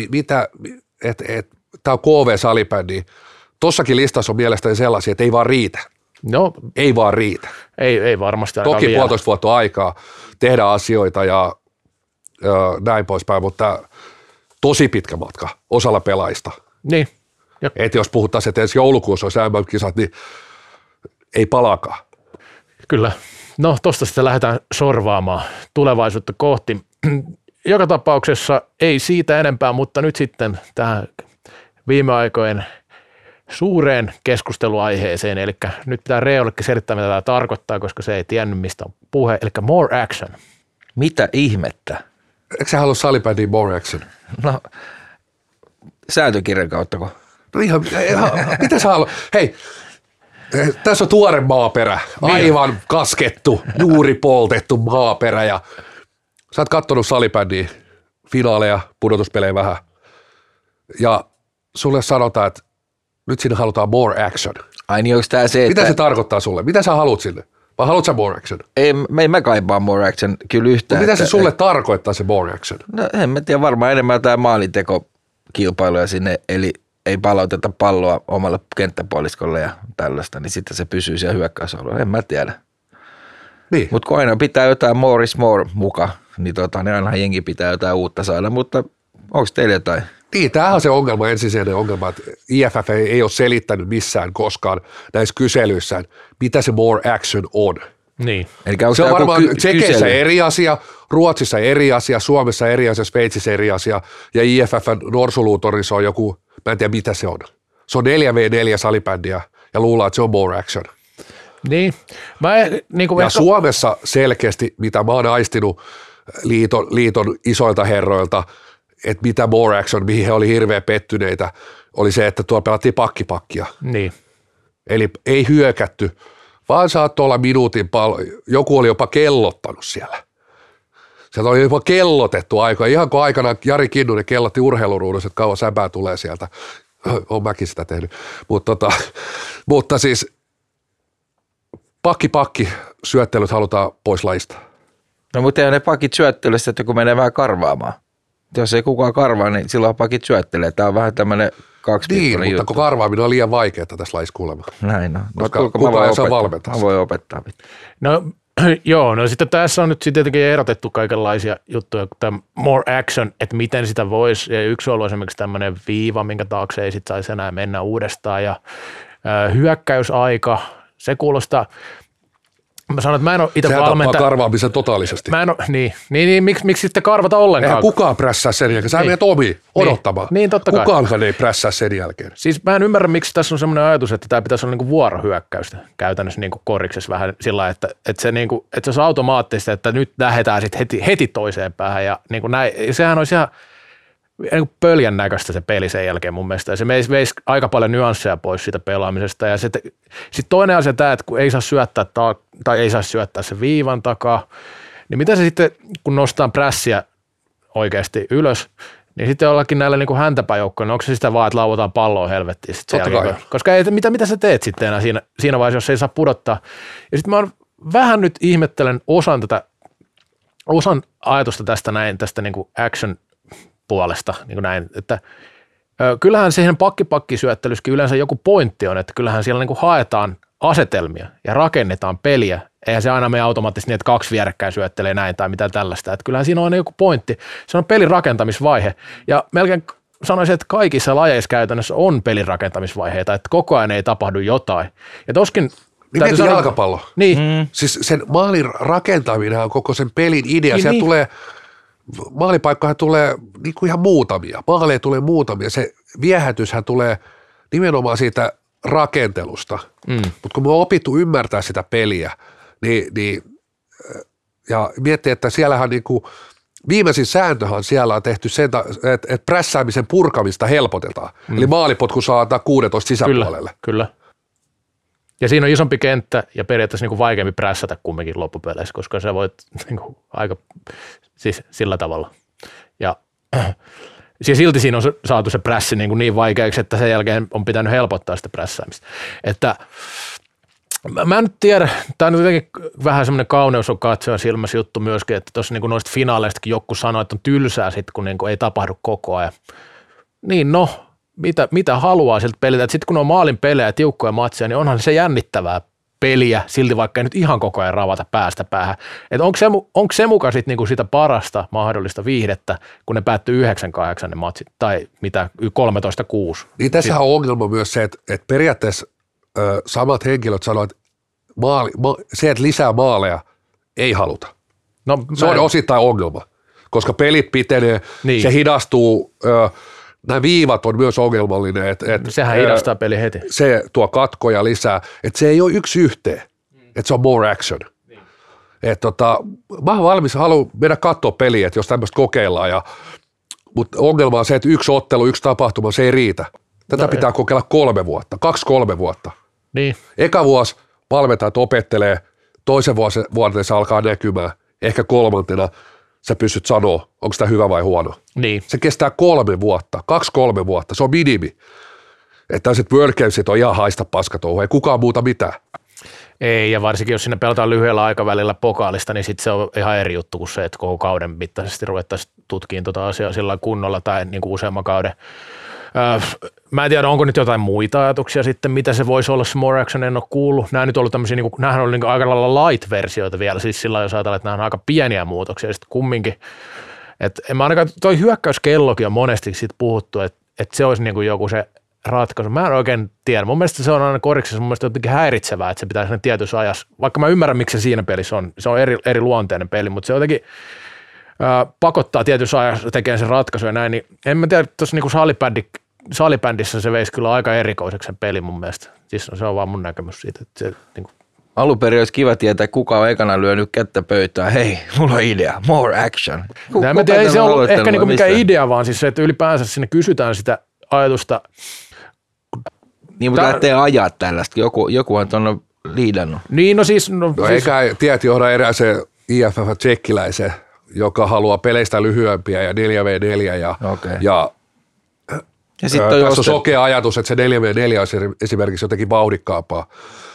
Tämä on KV-salibändi. Tossakin listassa on mielestäni sellaisia, että ei vaan riitä. No, ei vaan riitä. Ei varmasti. Toki 1,5 vuotta aikaa tehdä asioita ja näin poispäin, mutta tosi pitkä matka osalla pelaajista. Niin. Että jos puhuttaisiin, että ensi joulukuussa olisi MM-kisat, niin ei palaakaan. Kyllä. No tosta sitten lähdetään sorvaamaan tulevaisuutta kohti. Joka tapauksessa ei siitä enempää, mutta nyt sitten tähän viime aikojen suureen keskusteluaiheeseen, eli nyt pitää Reollekin selittää, mitä tämä tarkoittaa, koska se ei tiennyt, mistä on puhe, eli more action. Mitä ihmettä? Eikö sä halua salibändiin more action? No, sääntökirjan kauttako? No ihan, mitä sä haluat? Hei, tässä on tuore maaperä, aivan kaskettu, juuri poltettu maaperä ja sä oot kattonut salibändiä, finaaleja, pudotuspelejä vähän ja sulle sanotaan, että nyt sinne halutaan more action. Ai niin, onko tää se, mitä se tarkoittaa sulle? Mitä sä haluat sinne? Vai haluat sä more action? Ei mä kaipaa more action kyllä yhtään. Mitä se sulle tarkoittaa se more action? No en mä tiedä, varmaan enemmän jotain maalintekokilpailuja sinne, eli ei palauteta palloa omalle kenttäpuoliskolle ja tällaista, niin sitten se pysyy siellä hyökkäysalueella. En mä tiedä. Niin. Mutta kun aina pitää jotain more is more muka, niin ainahan jengi pitää jotain uutta saada, mutta Onko teillä jotain? Niin, tämähän on se ongelma, ensisijainen ongelma, että IFF ei ole selittänyt missään koskaan näissä kyselyissä, mitä se more action on. Niin. Se on varmaan Tsekeissä eri asia, Ruotsissa eri asia, Suomessa eri asia, Sveitsissä eri asia ja IFFn Norsuluutorissa on joku, mä en tiedä mitä se on. Se on 4v4 salibändiä ja luullaan, että se on more action. Niin. Ja Suomessa selkeästi, mitä mä oon aistinut liiton isoilta herroilta, että mitä more action, mihin he oli hirveän pettyneitä, oli se, että tuolla pelattiin pakkipakkia. Niin. Eli ei hyökätty, vaan saattoi olla minuutin joku oli jopa kellottanut siellä. Sieltä oli jopa kellotettu aika. Ihan kun aikanaan Jari Kinnunen kellotti urheiluruudussa, että kauan säbää tulee sieltä. Olen mäkin sitä tehnyt. Mutta siis pakki syöttelyt halutaan pois lajista. No mutta ei ne pakit syöttelyssä, että kun menee vähän karvaamaan. Jos ei kukaan karvaa, niin silloin pakit syöttelee. Tämä on vähän tämmöinen kaksipiippunen juttu. Niin, mutta kun karvaaminen on liian vaikeaa tässä lajissa kuulemma. Näin on. Koska kukaan ei saa valmentaa. Mä voin opettaa. No joo, no sitten tässä on nyt tietenkin erotettu kaikenlaisia juttuja, tämä more action, että miten sitä voisi, ja yksi on ollut esimerkiksi tämmöinen viiva, minkä taakse ei sitten saisi enää mennä uudestaan, ja hyökkäysaika, se kuulostaa, mä sanon, että mä en ole itse valmentaa. Sehän tappaa karvaamisen totaalisesti. Mä en ole, niin miksi sitten karvata ollenkaan? Eihän kukaan prässää sen jälkeen, sä menet omiin odottamaan. Niin, totta kai. Kukaanhan ei prässää sen jälkeen. Siis mä en ymmärrä, miksi tässä on semmoinen ajatus, että tämä pitäisi olla niinku vuorohyökkäystä käytännössä niinku koriksessa vähän sillä lailla, että se olisi automaattista, että nyt lähdetään sitten heti toiseen päähän ja niinku näin. Sehän olisi ihan niin pöljän näköistä se peli sen jälkeen mun mielestä. Ja se veisi aika paljon nyansseja pois siitä pelaamisesta. Ja sitten toinen asia tämä, että kun ei saa syöttää tai ei saa syöttää se viivan takaa, niin mitä se sitten, kun nostaa prässiä oikeasti ylös, niin sitten jollakin näillä niin häntäpäjoukkoilla, onko se sitä vaan, että lauataan palloa helvettiin sitten sen jälkeen? Koska mitä sä teet sitten enää siinä vaiheessa, jos ei saa pudottaa. Ja sitten mä vähän nyt ihmettelen osan ajatusta tästä niin kuin action puolesta, niin kuin näin, että kyllähän siihen pakkisyöttelyssäkin yleensä joku pointti on, että kyllähän siellä niin kuin haetaan asetelmia ja rakennetaan peliä. Eihän se aina mene automaattisesti niin, että kaksi vierekkäin syöttelee näin tai mitä tällaista. Että kyllähän siinä on joku pointti. Se on pelin rakentamisvaihe. Ja melkein sanoisin, että kaikissa lajeissa käytännössä on pelin rakentamisvaiheita, että koko ajan ei tapahdu jotain. Ja toskin niin jalkapallo. Niin. Siis sen maalin rakentaminen on koko sen pelin idea. Niin, sieltä tulee, maalipaikkahan tulee niin kuin ihan muutamia. Maaleja tulee muutamia. Se viehätyshän tulee nimenomaan siitä rakentelusta. Mutta kun me on opittu ymmärtää sitä peliä, niin ja miettii, että siellähän niinku, viimeisin sääntöhän siellä on tehty sen, että prässäämisen purkamista helpotetaan. Eli maalipotku saa antaa 16 sisäpuolelle. Kyllä. Ja siinä on isompi kenttä ja periaatteessa niinku vaikeampi prässätä kumminkin loppupeleissä, koska sä voit niinku aika siis sillä tavalla. Ja silti siinä on saatu se prässi niin vaikeaksi, että sen jälkeen on pitänyt helpottaa sitä prässäämistä. Että mä en nyt tiedä, tämä on jotenkin vähän semmoinen kauneus on katsoa silmässä juttu myöskin, että tuossa niin noista finaaleistakin joku sanoi, että on tylsää sitten, kun niin ei tapahdu koko ajan. Niin no, mitä haluaa siltä pelitä. Sitten kun on maalin pelejä ja tiukkoja matseja, niin onhan se jännittävää peliä, silti vaikka ei nyt ihan koko ajan ravata päästä päähän. Että onko se mukaan sitten niinku sitä parasta mahdollista viihdettä, kun ne päättyy 9-8 ne matsit, tai mitä 13-6. Niin tässähän on ongelma myös se, että periaatteessa samat henkilöt sanoivat, että se, että lisää maaleja ei haluta. No, se on osittain ongelma, koska pelit pitenee, niin. Se hidastuu, nämä viivat on myös ongelmallinen. Sehän hidastaa peli heti. Se tuo katkoja lisää, että se ei ole yksi yhteen, että se on more action. Niin. Mä oon valmis, haluan mennä katsoa peliä, että jos tämmöistä kokeillaan, mutta ongelma on se, että yksi ottelu, yksi tapahtuma, se ei riitä. Tätä pitää kokeilla 2-3 vuotta. Niin. Eka vuosi valmentajat opettelee, toisen vuoden se alkaa näkymään, ehkä kolmantena sä pystyt sanoa, onko tämä hyvä vai huono. Niin. Se kestää 3 vuotta, 2-3 vuotta, se on minimi. Että tällaiset workoutit on ihan haista paskatouhua, ei kukaan muuta mitään. Ei, ja varsinkin jos sinne pelataan lyhyellä aikavälillä pokaalista, niin sitten se on ihan eri juttu kuin se, että koko kauden mittaisesti ruvettaisiin tutkimaan tuota asiaa sillä kunnolla tai niin kuin useamman kauden. Mä en tiedä, onko nyt jotain muita ajatuksia sitten, mitä se voisi olla, se more action, en ole kuullut. Nämä nyt ollut tämmöisiä, niin kuin, nämähän on niin aika lailla light-versioita vielä, siis sillä jos ajatellaan, että nämä on aika pieniä muutoksia, ja sitten kumminkin Et en mä ainakaan, toi hyökkäyskellokin on monesti siitä puhuttu, että se olisi niinku joku se ratkaisu. Mä en oikein tiedä. Mun mielestä se on aina koriksessa mun mielestä jotenkin häiritsevää, että se pitää sen tietyssä ajassa, vaikka mä ymmärrän, miksi se siinä pelissä on. Se on eri luonteinen peli, mutta se jotenkin pakottaa tietyssä ajassa tekemään sen ratkaisu ja näin, niin en mä tiedä, tuossa niinku salibändissä se veisi kyllä aika erikoiseksi sen peli mun mielestä. Siis se on vaan mun näkemys siitä, että se niinku. Alunperin olisi kiva tietää, kuka on ekana lyönyt kättä pöytään. Hei, mulla on idea, more action. Mä tiedä, ei se ollut ehkä niinku mikään idea, vaan siis se, että ylipäänsä sinne kysytään sitä ajatusta. Niin, mutta lähtee ajaa tällaista. Jokuhan tuonne on liidannut. Niin, no siis. Eikä tiet johda erääseen IFF-tsekkiläiseen, joka haluaa peleistä lyhyempiä ja 4v4 ja tässä on sokea ajatus, että se 4v4 olisi esimerkiksi jotenkin vauhdikkaampaa.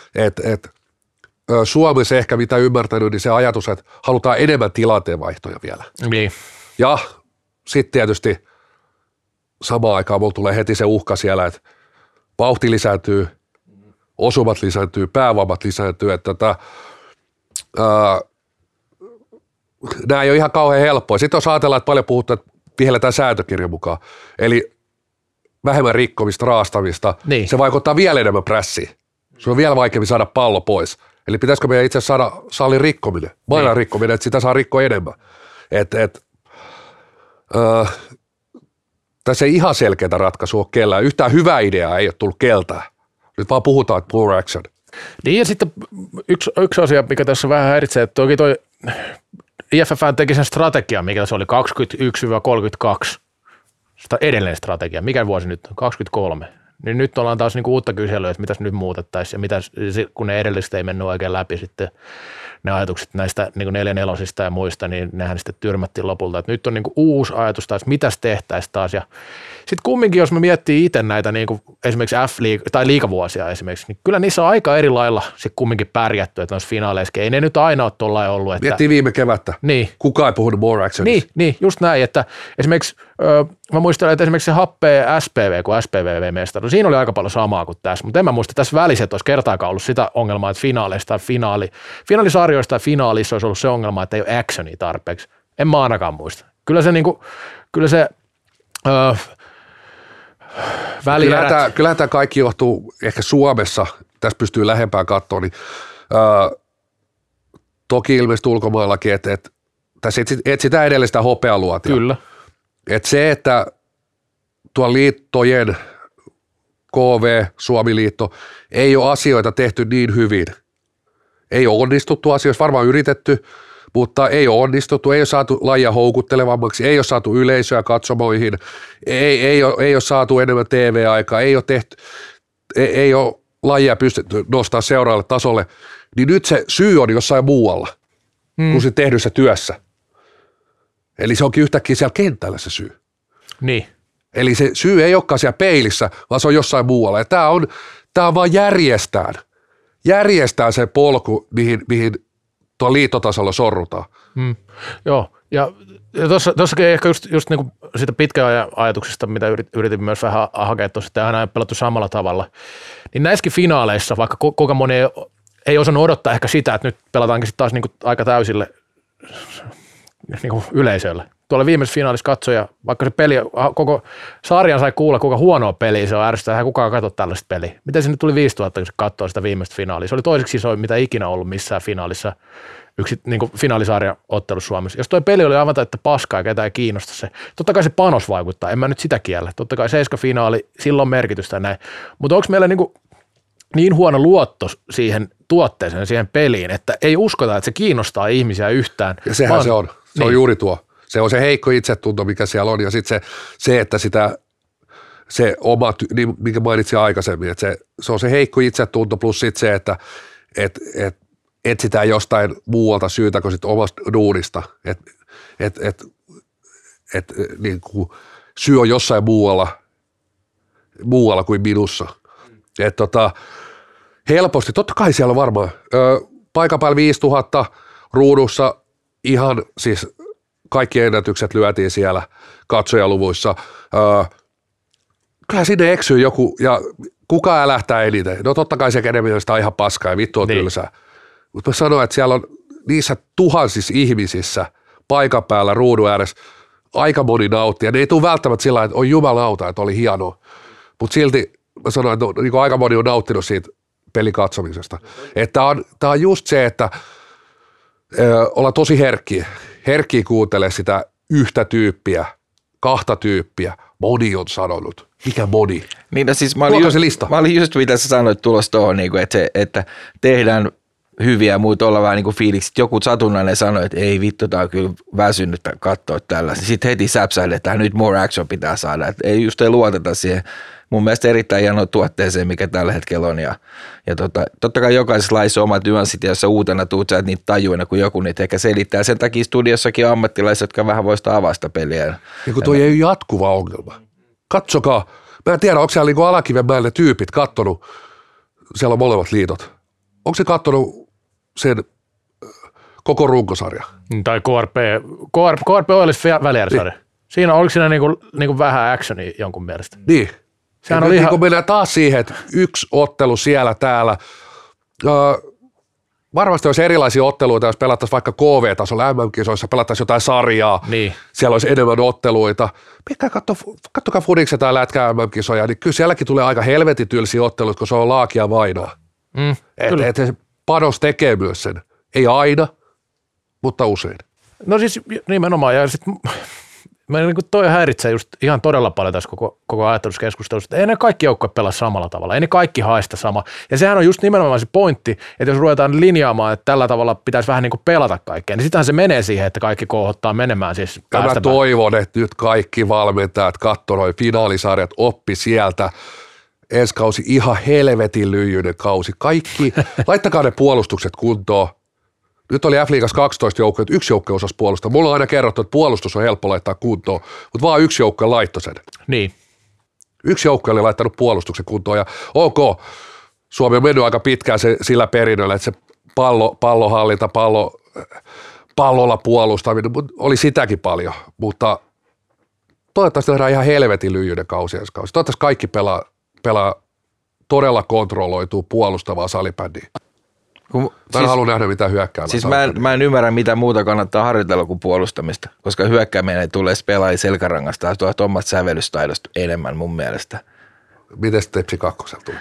Suomessa ehkä mitä ymmärtänyt, niin se ajatus, että halutaan enemmän tilanteenvaihtoja vielä. Niin. Ja sitten tietysti samaan aikaan mulla tulee heti se uhka siellä, että vauhti lisääntyy, osumat lisääntyy, päävammat lisääntyy, että nämä ei ole ihan kauhean helppoa. Sitten jos ajatellaan, että paljon puhuttu, että vihelletään sääntökirjan mukaan, eli vähemmän rikkomista, raastamista, niin. Se vaikuttaa vielä enemmän prässiin. Se on vielä vaikeammin saada pallo pois. Eli pitäisikö meidän itse asiassa saada sallin rikkominen, mailan rikkominen, että sitä saa rikkoa enemmän. Tässä ei ihan selkeää ratkaisua ole kellään. Yhtään hyvää ideaa ei ole tullut keltään. Nyt vaan puhutaan, että more action. Niin ja sitten yksi asia, mikä tässä vähän häiritsee, että toki toi IFF teki sen strategian, mikä se oli 21-32. Sitä edelleen strategia. Mikä vuosi nyt on? 23. Niin nyt ollaan taas niinku uutta kyselyä, että mitäs nyt muutettaisiin ja mitä, kun ne edelliset ei mennyt oikein läpi sitten ne ajatukset näistä niinku 4-4 ja muista, niin nehän sitten tyrmättiin lopulta. Et nyt on niinku uusi ajatus taas, mitäs tehtäisiin taas. Ja sitten kumminkin, jos me miettii itse näitä niinku esimerkiksi tai liigavuosia esimerkiksi, niin kyllä niissä on aika eri lailla sitten kumminkin pärjätty, että noissa finaaleissa ei ne nyt aina ole tuollain ollut. Että miettii viime kevättä. Niin. Kukaan ei puhunut more actionista. Niin, just näin, että esimerkiksi mä muistelen, että esimerkiksi se happea SPV, kun SPV-mestari, siinä oli aika paljon samaa kuin tässä, mutta en mä muista tässä välissä, että olisi kertaakaan ollut sitä ongelmaa, että finaaleista tai finaalisarjoista tai finaalissa olisi ollut se ongelma, että ei ole actionia tarpeeksi. En mä ainakaan muista. Kyllä se välierät. Kyllähän tämä kaikki johtuu ehkä Suomessa, tässä pystyy lähempään katsoa, niin toki ilmeisesti ulkomaillakin, että tässä etsitään edelleen sitä hopealuotia. Kyllä. Että se, että tuolla liittojen, KV, Suomi-liitto, ei ole asioita tehty niin hyvin. Ei ole onnistuttu asioissa, varmaan yritetty, mutta ei ole onnistuttu, ei ole saatu lajia houkuttelevammaksi, ei ole saatu yleisöä katsomoihin, ei ole saatu enemmän TV-aikaa, ei ole lajia pystytty nostaa seuraavalle tasolle, niin nyt se syy on jossain muualla kuin se tehdyssä työssä. Eli se onkin yhtäkkiä siellä kentällä se syy. Niin. Eli se syy ei olekaan siellä peilissä, vaan se on jossain muualla. Ja tämä on vaan järjestään se polku, mihin tuolla liittotasolla sorrutaan. Joo, ja tuossakin ehkä just niin kuin siitä pitkän ajan ajatuksesta, mitä yritin myös vähän hakea tuossa, että aina ei pelattu samalla tavalla, niin näissäkin finaaleissa, vaikka kuinka moni ei osannut odottaa ehkä sitä, että nyt pelataankin sitten taas niin kuin aika täysille niin kuin yleisölle. Tuolla viimeisessä finaalissa katsoja, vaikka se peli, koko sarjan sai kuulla, kuinka huonoa peliä se on ärsyttää, eihän kukaan katso tällaista peliä. Miten sinne tuli 5000, kun se katsoo sitä viimeistä finaalia? Se oli toiseksi iso, mitä ikinä ollut missään finaalissa, yksi niin kuin finaalisarja ottelussa Suomessa. Jos toi peli oli aivan täyttä paskaa ja ketään ei kiinnosta se, totta kai se panos vaikuttaa, en mä nyt sitä kiellä. Totta kai 7-finaali, sillä on merkitystä näin. Mutta onko meillä niin huono luotto siihen tuotteeseen, siihen peliin, että ei uskota, että se kiinnostaa ihmisiä yhtään. Ja sehän se on. Se on juuri tuo. Se on se heikko itsetunto, mikä siellä on, ja sitten se että se oma, niin, minkä mainitsin aikaisemmin, että se on se heikko itsetunto plus sitten se, että etsitään jostain muualta syytä kuin sitten omasta duunista, että niin kuin syy on jossain muualla kuin minussa. Että helposti, totta kai siellä on varmaan paikan päällä 5000 ruudussa ihan siis kaikki ennätykset lyötiin siellä katsojaluvuissa. Kyllä sinne eksyy joku, ja kuka älähtää eniten? No totta kai se kenen mielestä on ihan paskaa ja vittu on tylsää. Mutta mä sanoin, että siellä on niissä tuhansissa ihmisissä paikan päällä ruudun ääressä aika moni nautti, ja ne ei tule välttämättä sillä että on jumalauta, että oli hienoa, mutta silti mä sanoin, että niin aika moni on nauttinut siitä pelikatsomisesta. Että tämä on just se, että ollaan tosi herkkiä kuuntelee sitä yhtä tyyppiä, kahta tyyppiä, moni on sanonut. Mikä moni? Niin, no siis mä olin just mitä sä sanoit tulossa tuohon, niin että tehdään hyviä ja muut olla vähän niin kuin fiilikset. Joku satunnainen sanoi, että ei vittu, tää on kyllä väsynyt katsoa tällaista. Sitten heti säpsähdetään, nyt more action pitää saada. Että ei luoteta siihen mun mielestä erittäin hienoa tuotteeseen, mikä tällä hetkellä on. Ja totta kai jokaisessa laissa on omat nyanssit, ja jos sä uutena tuut, sä et niitä tajuina, kun joku niitä ehkä selittää. Sen takia studiossakin on ammattilaiset, jotka vähän voi sitä avasta peliä. Ja kun toi ei ole jatkuva ongelma. Katsokaa, mä en tiedä, onko siellä niinku Alakivenmäellä ne tyypit kattonut, siellä on molemmat liitot. Onko se kattonut sen koko runkosarja? Tai KRP Oilers välijärjesarja. Niin. Siinä oliko siinä niinku vähän actionia jonkun mielestä? Niin. Sehän oli ihan... Kun mennään taas siihen, että yksi ottelu siellä täällä, varmasti olisi erilaisia otteluita, jos pelattaisiin vaikka KV-tasolla MM-kisoissa, pelattaisiin jotain sarjaa, niin. Siellä olisi enemmän otteluita. Kattokaa Fudiksen tai Lätkää MM-kisoja, niin kyllä sielläkin tulee aika helvetin tylsiä otteluita, kun se on laakia vainaa. Että se panos tekee myös sen. Ei aina, mutta usein. No siis nimenomaan, ja sitten niin toi häiritsee just ihan todella paljon tässä koko ajatteluskeskustelussa, että ei ne kaikki joukkueet pelaa samalla tavalla, ei ne kaikki haista sama. Ja sehän on just nimenomaan se pointti, että jos ruvetaan linjaamaan, että tällä tavalla pitäisi vähän niin kuin pelata kaikkea, niin sittenhän se menee siihen, että kaikki kohottaa menemään siis. Ja mä toivon, että nyt kaikki valmentajat katsoi noi finaalisarjat, oppi sieltä. Ensi kausi ihan helvetin lyijyinen kausi. Kaikki, laittakaa ne puolustukset kuntoon. Nyt oli F-liigassa 12 joukkoja, yksi joukkue osasi puolustaa. Mulla on aina kerrottu, että puolustus on helppo laittaa kuntoon, mutta vaan yksi joukkue laittoi sen. Niin. Yksi joukkue oli laittanut puolustuksen kuntoon ja ok, Suomi on mennyt aika pitkään sillä perinnöllä, että se pallohallinta, pallolla puolustaminen, oli sitäkin paljon, mutta toivottavasti tehdään ihan helvetin lyijyinen kausi ensi kausi. Toivottavasti kaikki pelaa todella kontrolloituu puolustavaa salibändiä. Mä en halua nähdä mitään hyökkäämään. Siis mä en ymmärrä, mitä muuta kannattaa harjoitella kuin puolustamista, koska hyökkääminen ei tule pelaajia selkärangasta ja tuolta omat sävellystaidosta enemmän mun mielestä. Miten se Tepsi 2 tuli?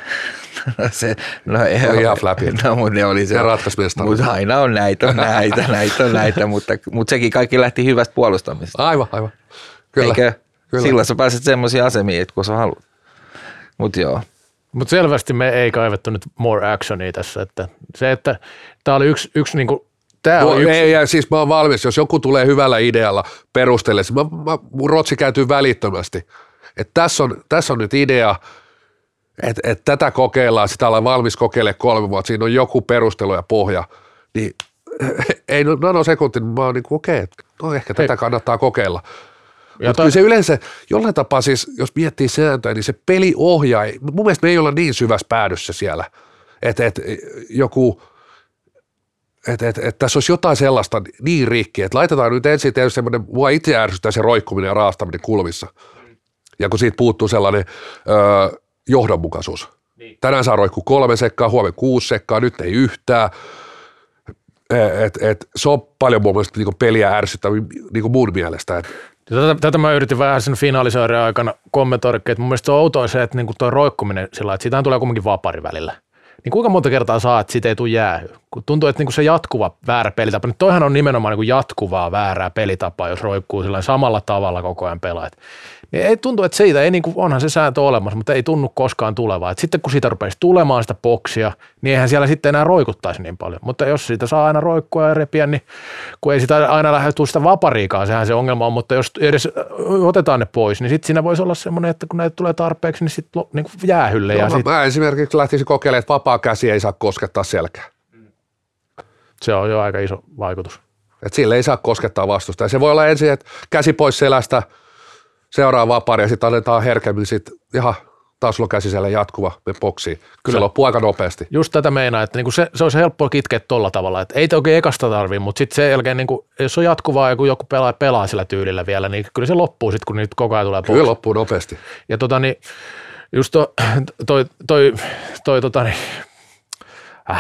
Se oli ihan fläpi. No, mutta ne oli se. Ja ratkaismestari. Mutta aina on näitä, mutta sekin kaikki lähti hyvästä puolustamista. Aivan. Kyllä. Silloin sä pääset semmoisiin asemiin, kun sä haluat. Mutta joo. Mutta selvästi me ei kaivettu nyt more actionia tässä, että se, että tämä oli yksi niinku, Ei, siis mä oon valmis, jos joku tulee hyvällä idealla perustelle, mun rotsi käytyy välittömästi, että tässä on nyt idea, että tätä kokeillaan, sitä ollaan valmis kokeilemaan 3 vuotta, siinä on joku perustelu ja pohja, niin ei nanosekuntin, mä oon niin kuin okei, no ehkä tätä kannattaa kokeilla. Mutta kyllä se yleensä jollain tapaa siis, jos miettii sääntöjä, niin se peliohjaa, mun mielestä me ei olla niin syvässä päädyssä siellä, että tässä olisi jotain sellaista niin rikki, että laitetaan nyt ensin tietysti semmoinen, mua itse ärsyttää se roikkuminen ja raastaminen kulmissa. Ja kun siitä puuttuu sellainen johdonmukaisuus. Niin. Tänään saa roikkuu 3 sekkaa, huomenna 6 sekkaa, nyt ei yhtään. Se on paljon mun mielestä niin peliä ärsyttävä niin mun mielestä. Tätä mä yritin vähän sen finaalisarjan aikana kommentoida, että mun mielestä on outoa se, että niinku tuo roikkuminen sillä, että siitähän tulee kuitenkin vapari välillä. Niin kuinka monta kertaa saa, että siitä ei tule jäähy? Kun tuntuu, että niinku se jatkuva väärä pelitapa, niin toihan on nimenomaan niinku jatkuvaa väärää pelitapaa, jos roikkuu sillä samalla tavalla koko ajan pelaat. Niin ei tuntu, että siitä ei niinku, onhan se sääntö olemassa, mutta ei tunnu koskaan tulevaa. Et sitten kun siitä rupeisi tulemaan sitä boksia, niin eihän siellä sitten enää roikuttaisi niin paljon. Mutta jos siitä saa aina roikkua ja repiä, niin kun ei sitä aina lähde tule sitä vapariikaan, sehän se ongelma on, mutta jos edes otetaan ne pois, niin sitten siinä voisi olla semmoinen, että kun näitä tulee tarpeeksi, niin sitten niin jäähylle. Ja mä esimerkiksi lähtisin kokeilemaan, että vapaa käsi ei saa koskettaa selkää. Se on jo aika iso vaikutus. Että sille ei saa koskettaa vastusta. Ja se voi olla ensin, että käsi pois selästä, seuraa vapari ja sitten annetaan herkemmin sitten, taas sulla käsi siellä jatkuva, me boksiin. Kyllä. Se loppuu aika nopeasti. Just tätä meinaa, että niinku se olisi helppoa kitkeä tolla tavalla, että ei oikein ekasta tarvii, mutta sitten sen jälkeen, niinku, jos on jatkuvaa ja kun joku pelaa sillä tyylillä vielä, niin kyllä se loppuu sitten, kun niitä koko ajan tulee boksiin. Kyllä loppuu nopeasti. Ja just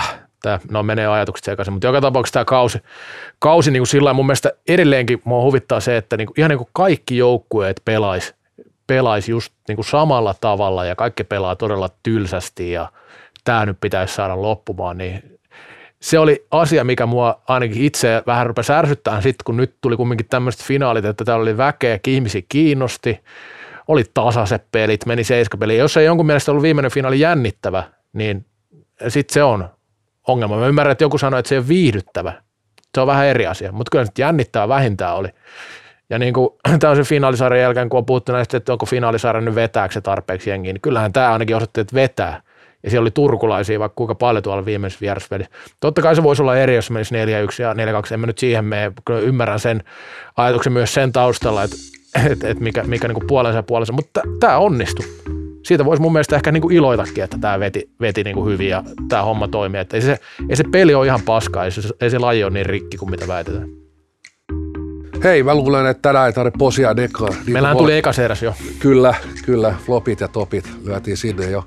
No menee ajatukset sekaisin, mutta joka tapauksessa tämä kausi niin kuin sillä mun mielestä edelleenkin mua huvittaa se, että niin kuin, ihan niin kuin kaikki joukkueet pelaisi just niin kuin samalla tavalla ja kaikki pelaa todella tylsästi ja tämä nyt pitäisi saada loppumaan, niin se oli asia, mikä mua ainakin itse vähän rupesi ärsyttämään sitten, kun nyt tuli kumminkin tämmöiset finaalit, että täällä oli väkeä, ihmisiä kiinnosti, oli tasaiset pelit, meni 7 peliä. Jos ei jonkun mielestä ollut viimeinen finaali jännittävä, niin sitten se on ongelma. Mä ymmärrän, että joku sanoi, että se ei ole viihdyttävä. Se on vähän eri asia, mutta kyllä se jännittävä vähintään oli. Ja niin kuin tämmöisen finaalisarjan jälkeen, kun on puhuttu näistä, että onko finaalisarja nyt vetääkö se tarpeeksi jengiä, niin kyllähän tämä ainakin osoitti, että vetää. Ja siellä oli turkulaisia, vaikka kuinka paljon tuolla viimeisessä vierasvälissä. Totta kai se voisi olla eri, jos menisi 4-1 ja 4-2. En mä nyt siihen mene. Kyllä ymmärrän sen ajatuksen myös sen taustalla, että mikä niin kuin puolensa ja puolensa. Mutta tämä onnistui. Siitä voisi mun mielestä ehkä niin kuin iloitakin, että tämä veti niin kuin hyvin ja tämä homma toimii. Että ei se peli ole ihan paskaa, ei se laji ole niin rikki kuin mitä väitetään. Hei, mä luulen, että tänään ei tarvitse posia dekaa. Meillähän tuli ekas eräs jo. Kyllä. Flopit ja topit lyötiin sinne jo.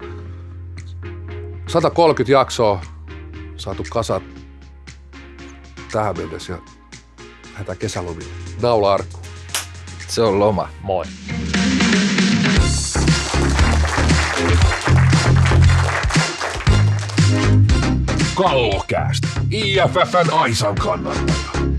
130 jaksoa saatu kasat tähän mennessä ja lähdetään kesälomille. Naula arkku. Se on loma. Moi. Kallokäästä. IFFn Aisan kannattaja.